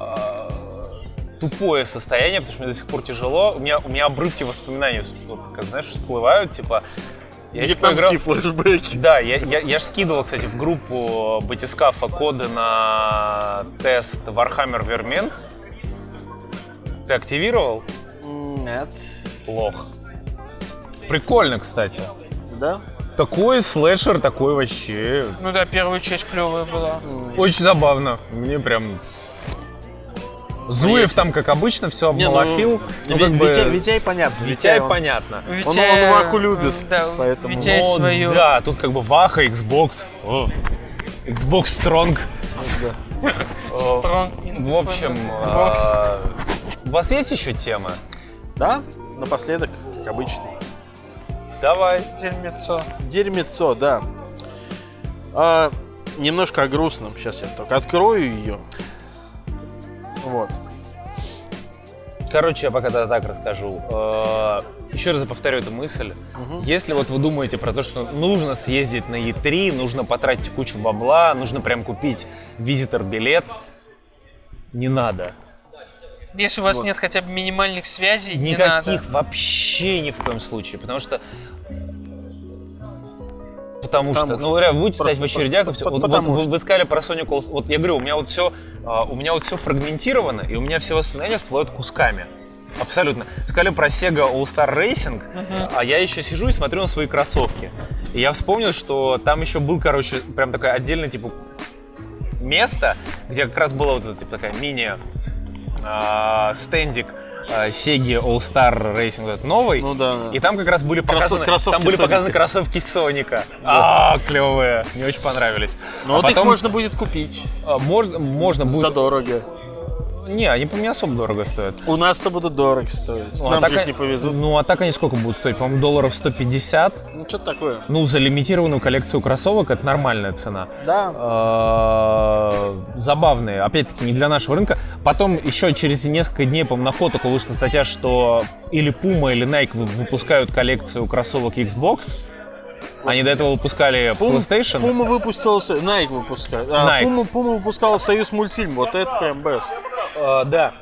тупое состояние, потому что мне до сих пор тяжело. У меня обрывки воспоминаний, вот, как, знаешь, всплывают, типа... Вьетнамские флешбеки. Да, я же скидывал, кстати, в группу Батискафа коды на тест Warhammer Vermint. Ты активировал? Нет. Плохо. Прикольно, кстати. Да? Такой слэшер, такой вообще. Ну да, первая часть клевая была. Очень забавно. Мне прям... Зуев там, как обычно, все обмалафил. Витяй понятно. Витяй понятно. Он Ваху любит. Да, поэтому. Витяй свою. Да, тут как бы Ваха, Xbox. Xbox Strong. Strong. В общем, Xbox. у вас есть еще темы? Да, напоследок, как обычно. Давай. Дерьмецо, да. Немножко о грустном. Сейчас я только открою ее. Вот. Короче, я пока тогда так расскажу. Еще раз повторю эту мысль. Если вот вы думаете про то, что нужно съездить на E3, нужно потратить кучу бабла, нужно прям купить визитор-билет, не надо. Если у вас нет хотя бы минимальных связей, никаких не надо. Вообще ни в коем случае. Потому что, ну реально, вы будете стоять в очередях, и все. Вот вы сказали про Sonic All Stars. Вот я говорю, у меня вот все фрагментировано, и у меня все воспоминания всплывают кусками. Абсолютно. Сказали про Sega All Star Racing, а я еще сижу и смотрю на свои кроссовки. И я вспомнил, что там еще был, короче, прям такое отдельное, типа, место, где как раз была вот эта, типа, такая мини-стендик Sega All Star Racing, вот этот новый. Ну да. И там как раз были показаны, кроссовки Соника. Клевые. Мне очень понравились. Ну вот потом их можно будет купить. Можно будет. Задорого. Не, они по мне особо дорого стоят. У нас-то будут дорого стоить. Нам же их не повезут. Ну, а так они сколько будут стоить? По-моему, долларов 150. Ну, что-то такое. Ну, за лимитированную коллекцию кроссовок это нормальная цена. Да. Забавные. Опять-таки, не для нашего рынка. Потом еще через несколько дней, по-моему, на Kotaku вышла статья, что или Puma, или Nike выпускают коллекцию кроссовок Xbox. Они до этого выпускали PlayStation. Puma выпустился, Nike выпускал. Puma выпускала Союз мультфильм. Вот это прям best. Да.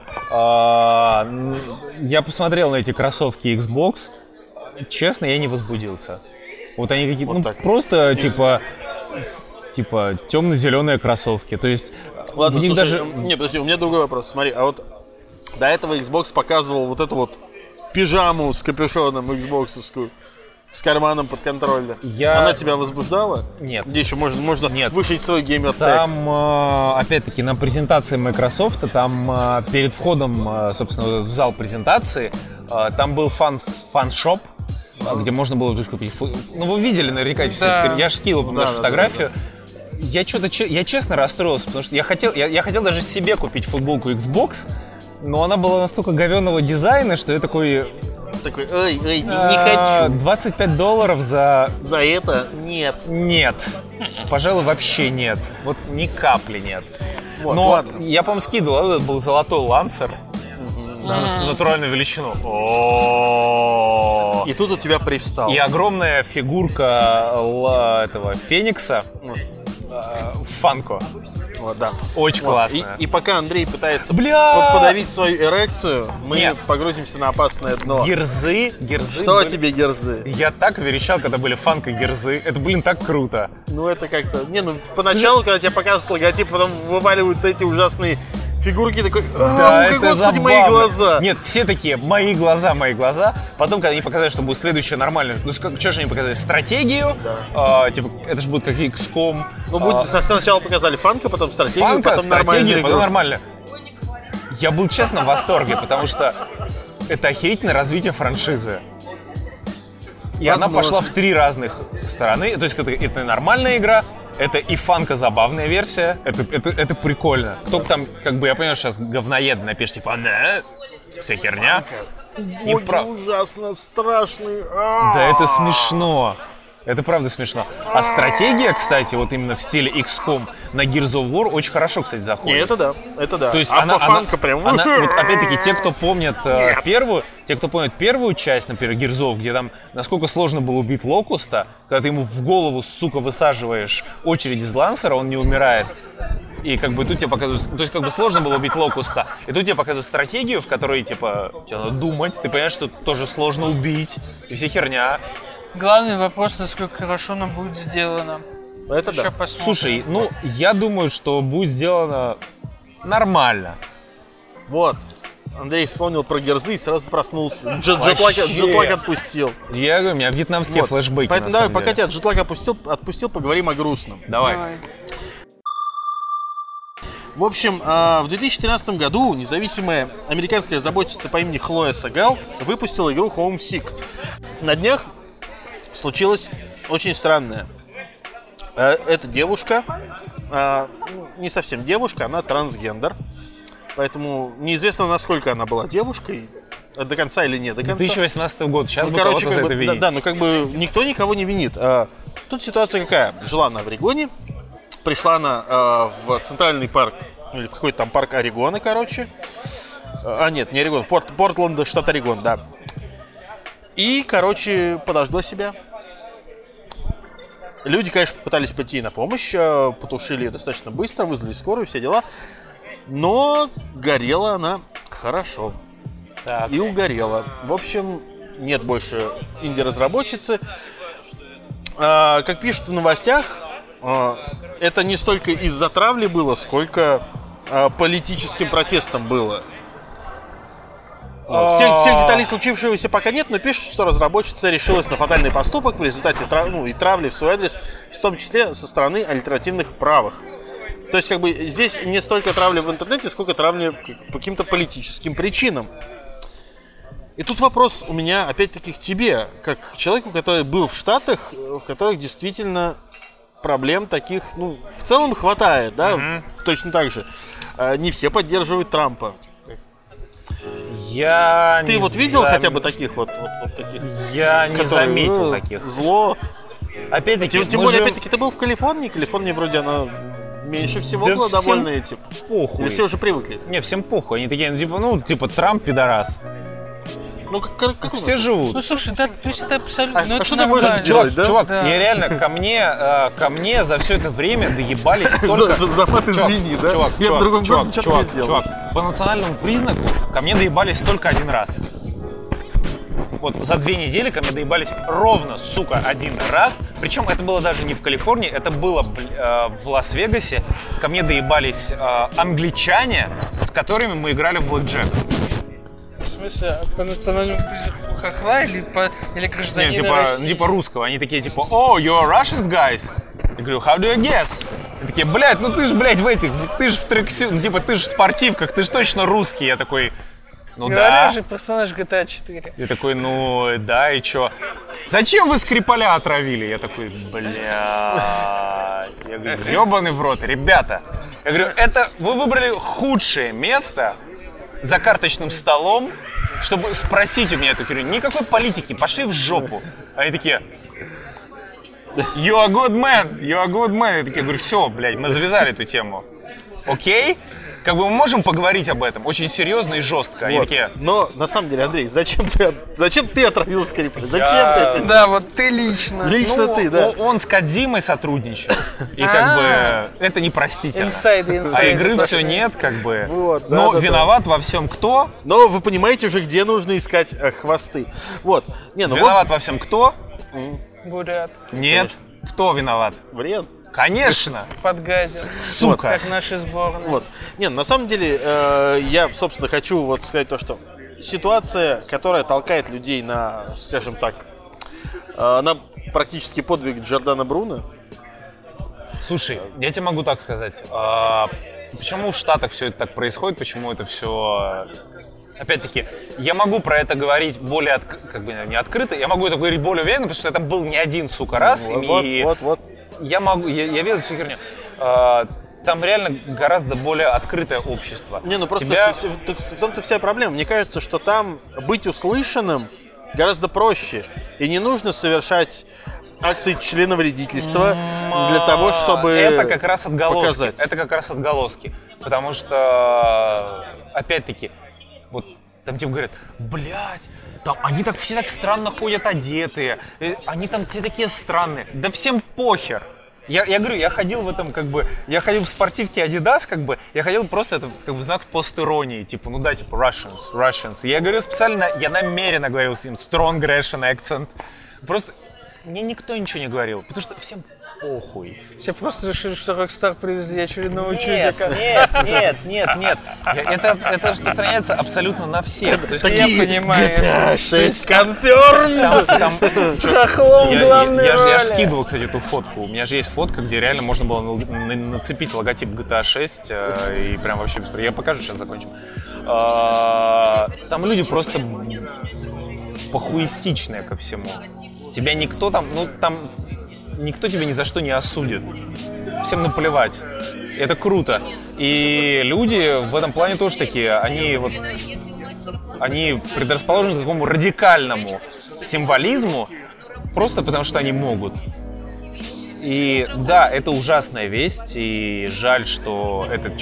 Я посмотрел на эти кроссовки Xbox. Честно, я не возбудился. Вот они какие-то, вот просто типа темно-зеленые кроссовки. То есть ладно, в них слушай, даже... Не, подожди, у меня другой вопрос. Смотри, а вот до этого Xbox показывал вот эту вот пижаму с капюшоном Xbox-овскую. С карманом под контроллер. Она тебя возбуждала? Нет. Где еще можно вышить свой геймер-тег? Там, опять-таки, на презентации Microsoft, там перед входом, собственно, в зал презентации, там был фан-шоп, где можно было тоже купить. Ну, вы видели наверняка, я же скинул нашу фотографию. Да. Я честно расстроился, потому что я хотел даже себе купить футболку Xbox, Но она была настолько говёного дизайна, что я такой... Такой, ой, не хочу. $25 за... За это нет. Нет. Пожалуй, вообще нет. Вот ни капли нет. Вот, Но ладно. я, по-моему, скидывал, это был золотой лансер. Натуральную величину. И тут у тебя привстал. И огромная фигурка этого Феникса в Фанко. Вот, да. Очень Вот. классная. И пока Андрей пытается Бля! подавить свою эрекцию, мы Нет. погрузимся на опасное дно. Герзы. Что были- тебе герзы? Я так верещал, когда были Фанко герзы. Это, блин, так круто. Ну это как-то... Не, ну поначалу, когда тебе показывают логотип, потом вываливаются эти ужасные фигурки, такой, господи, мои забавно. глаза. Нет, все такие, мои глаза. Потом, когда они показали, что будет следующее нормальное, ну, что же они показали? Стратегию, типа, это же будет как XCOM. Ну, будет, сначала показали фанка, потом стратегию, Фанка, потом стратегия, нормальную потом игру. нормально. Я был, честно, в восторге, потому что это охерительное развитие франшизы. И она Возможно. пошла в 3 разных стороны. То есть это нормальная игра, это и фанка забавная версия, это прикольно. Кто там, как бы, я понимаю, сейчас говноед напишет, типа, вся херня. Не Боги, прав- ужасно страшный. Да это смешно. Это правда смешно. А стратегия, кстати, вот именно в стиле XCOM на Gears of War очень хорошо, кстати, заходит. Не, это да, это да. То есть а по фанка прям... вот опять-таки, те, кто помнят первую часть, например, Гирзов, где там насколько сложно было убить Локуста, когда ты ему в голову, сука, высаживаешь очередь из лансера, он не умирает. И как бы тут тебе показывают, то есть как бы сложно было убить Локуста, и тут тебе показывают стратегию, в которой, типа, тебе надо думать, ты понимаешь, что тоже сложно убить, и вся херня. Главный вопрос, насколько хорошо оно будет сделано. Это Еще да. посмотрим. Слушай, ну, я думаю, что будет сделано нормально. Вот. Андрей вспомнил про герзы и сразу проснулся. Вообще. Джетлаг отпустил. Я говорю, у меня вьетнамские Вот. флешбеки, Поэтому на давай, самом пока деле. тебя джетлаг отпустил, поговорим о грустном. Давай. Давай. В общем, в 2013 году независимая американская разработчица по имени Хлоя Сагал выпустила игру Homesick. На днях случилось очень странное. Эта девушка, не совсем девушка, она трансгендер. Поэтому неизвестно, насколько она была девушкой, до конца или не до конца. 2018 год, сейчас Ну, бы короче, кого-то за как это бы, винить. да, ну как бы никто никого не винит. Тут ситуация какая? Жила она в Орегоне, пришла она в центральный парк, или в какой-то там парк Орегона, короче. Нет, не Орегон, Портленд, штат Орегон, да. И, короче, подожгла себя. Люди, конечно, пытались пойти ей на помощь, потушили ее достаточно быстро, вызвали скорую, все дела. Но горела она хорошо. Так. И угорела. В общем, нет больше инди-разработчицы. Как пишут в новостях, это не столько из-за травли было, сколько политическим протестом было. Вот. Всех деталей случившегося пока нет, но пишут, что разработчица решилась на фатальный поступок в результате травли в свой адрес, в том числе со стороны альтернативных правых. То есть, как бы, здесь не столько травли в интернете, сколько травли по каким-то политическим причинам. И тут вопрос у меня, опять-таки, к тебе, как к человеку, который был в Штатах, в которых действительно проблем таких, ну, в целом хватает, да? Точно так же. Не все поддерживают Трампа. Я Ты не вот видел зам- хотя бы таких вот таких? Я не которые, заметил таких. Зло. Опять-таки, Тем мы более, живем- опять-таки, ты был в Калифорнии. Калифорния вроде она меньше всего Да была всем довольна этим. похуй. Или все уже привыкли? Не, всем похуй. Они такие, типа, Трамп пидорас. Ну, как у нас? Все живут. Ну слушай, да, то есть это абсолютно. ну, А это что ты можешь нормально. сделать, да? Чувак, Да. я реально, ко мне за все это время доебались только... Запад извини, да? Я в другом городе ничего не сделал. Чувак, по национальному признаку ко мне доебались только один раз. Вот за 2 недели ко мне доебались ровно, сука, 1 раз. Причем это было даже не в Калифорнии, это было в Лас-Вегасе. Ко мне доебались англичане, с которыми мы играли в блэкджек. В смысле, по национальному признаку хохла или Не, гражданина России? типа русского. Они такие, типа, oh, you're Russians, guys? Я говорю, how do you guess? Они такие, блядь, ну ты ж, блядь, ты ж в трексе, ну типа, ты ж в спортивках, ты ж точно русский. Я такой, ну Говорю да. же, персонаж GTA 4. Я такой, ну да, и чё? Зачем вы Скрипаля отравили? Я такой, блядь. Я говорю, ёбаный в рот, ребята. Я говорю, это вы выбрали худшее место за карточным столом, чтобы спросить у меня эту херню. Никакой политики, пошли в жопу. Они такие... You are good man, you are good man. Я такие, говорю, все, блядь, мы завязали эту тему. Окей? Как бы мы можем поговорить об этом очень серьезно и жестко. Они Вот. такие... Но на самом деле, Андрей, зачем ты отравил скрипаль? Зачем ты это? Да, вот ты лично. Лично Ну, ты, да. Он с Кодзимой сотрудничал. И как бы это непростительно. Инсайды. А игры все нет, как бы. Вот, да, Но да, виноват во всем кто? Но вы понимаете уже, где нужно искать хвосты. Вот. Не, ну Виноват во всем кто? Бурят. Нет. Кто виноват? вот. Вред. Конечно. Подгадил. Сука. Как наши сборные. Вот. Не, на самом деле, я, собственно, хочу вот сказать то, что ситуация, которая толкает людей на, скажем так, на практически подвиг Джордана Бруно. Слушай, я тебе могу так сказать. Почему в Штатах все это так происходит? Почему это все... Опять-таки, я могу про это говорить более, как бы не открыто, я могу это говорить более уверенно, потому что это был не один, сука, раз. Вот. Я могу, я верю в всю херню. Там реально гораздо более открытое общество. Не, ну просто в том-то вся проблема. Мне кажется, что там быть услышанным гораздо проще. И не нужно совершать акты членовредительства для того, чтобы это как раз отголоски. показать. Это как раз отголоски. Потому что, опять-таки, вот там типа говорят, блядь, там, они так все так странно ходят одетые, они там все такие странные. Да всем похер. Я говорю, я ходил в этом, как бы, я ходил в спортивке Adidas, как бы, я ходил просто, это, как бы, знак пост-иронии, типа, ну да, типа, Russians. Я говорю специально, я намеренно говорил с ним, strong Russian accent. Просто мне никто ничего не говорил, потому что всем похуй. Все просто решили, что Rockstar привезли очередного Нет, чудика. нет. Это распространяется абсолютно на всех. То есть, Я понимаю. GTA 6 confirmed! С хохлом главной я роли. же скидывал, кстати, эту фотку. У меня же есть фотка, где реально можно было нацепить логотип GTA 6 и прям вообще... Я покажу, сейчас закончим. Там люди просто похуистичные ко всему. Тебя никто там... Ну, там... Никто тебя ни за что не осудит. Всем наплевать. Это круто. И люди в этом плане тоже такие, они предрасположены к такому радикальному символизму, просто потому что они могут. И да, это ужасная весть, и жаль, что этот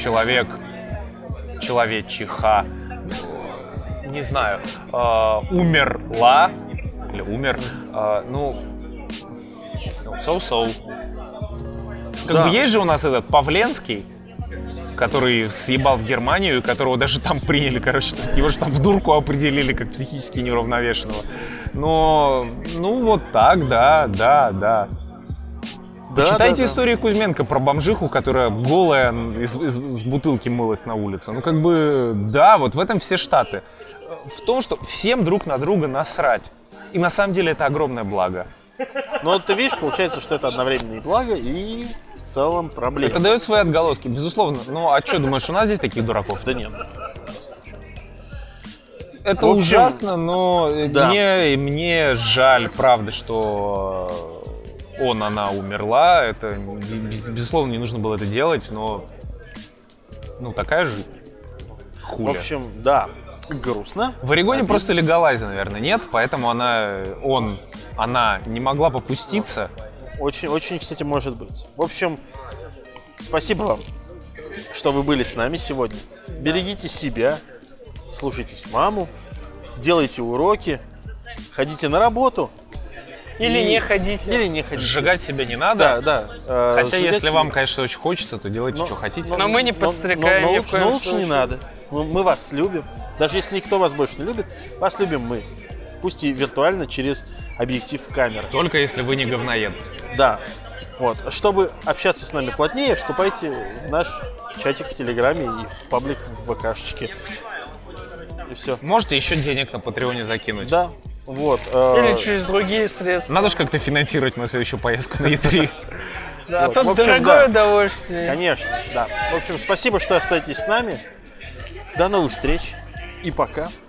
человечиха, не знаю, умерла, или умер, so-so. Как бы есть же у нас этот Павленский, который съебал в Германию, и которого даже там приняли, короче, его же там в дурку определили как психически неуравновешенного. Но, ну вот так, да. Почитайте историю Кузьменко про бомжиху, которая голая из бутылки мылась на улице. Ну как бы, да, вот в этом все Штаты. В том, что всем друг на друга насрать. И на самом деле это огромное благо. Но вот ты видишь, получается, что это одновременно и благо, и в целом проблема. Это дает свои отголоски, безусловно. Ну а что, думаешь, у нас здесь таких дураков? Да нет. Это в общем, ужасно, но да. мне жаль, правда, что она умерла. Это, безусловно, не нужно было это делать, но такая жизнь. Хуля. В общем, да, грустно. В Орегоне просто легалайза, наверное, нет, поэтому она не могла попуститься. Очень, очень, кстати, может быть. В общем, спасибо вам, что вы были с нами сегодня. Берегите себя, слушайтесь маму, делайте уроки, ходите на работу. Или не ходите. Или не ходите. Сжигать себя не надо. Да. Хотя, Сжигать если себя. вам, конечно, очень хочется, то делайте, что хотите. Но мы не подстрекаем ни в коем но лучше случае. не надо. Мы вас любим. Даже если никто вас больше не любит, вас любим мы. Пусть и виртуально через объектив камеры. Только если вы не говноед. Да. Вот. Чтобы общаться с нами плотнее, вступайте в наш чатик в Телеграме и в паблик в ВКшечке. И все. Можете еще денег на Патреоне закинуть. Да. Вот. Или через другие средства. Надо же как-то финансировать мою следующую поездку на E3. Да, а Вот, то в общем, дорогое да. удовольствие. Конечно, да. В общем, спасибо, что остаетесь с нами. До новых встреч. И пока.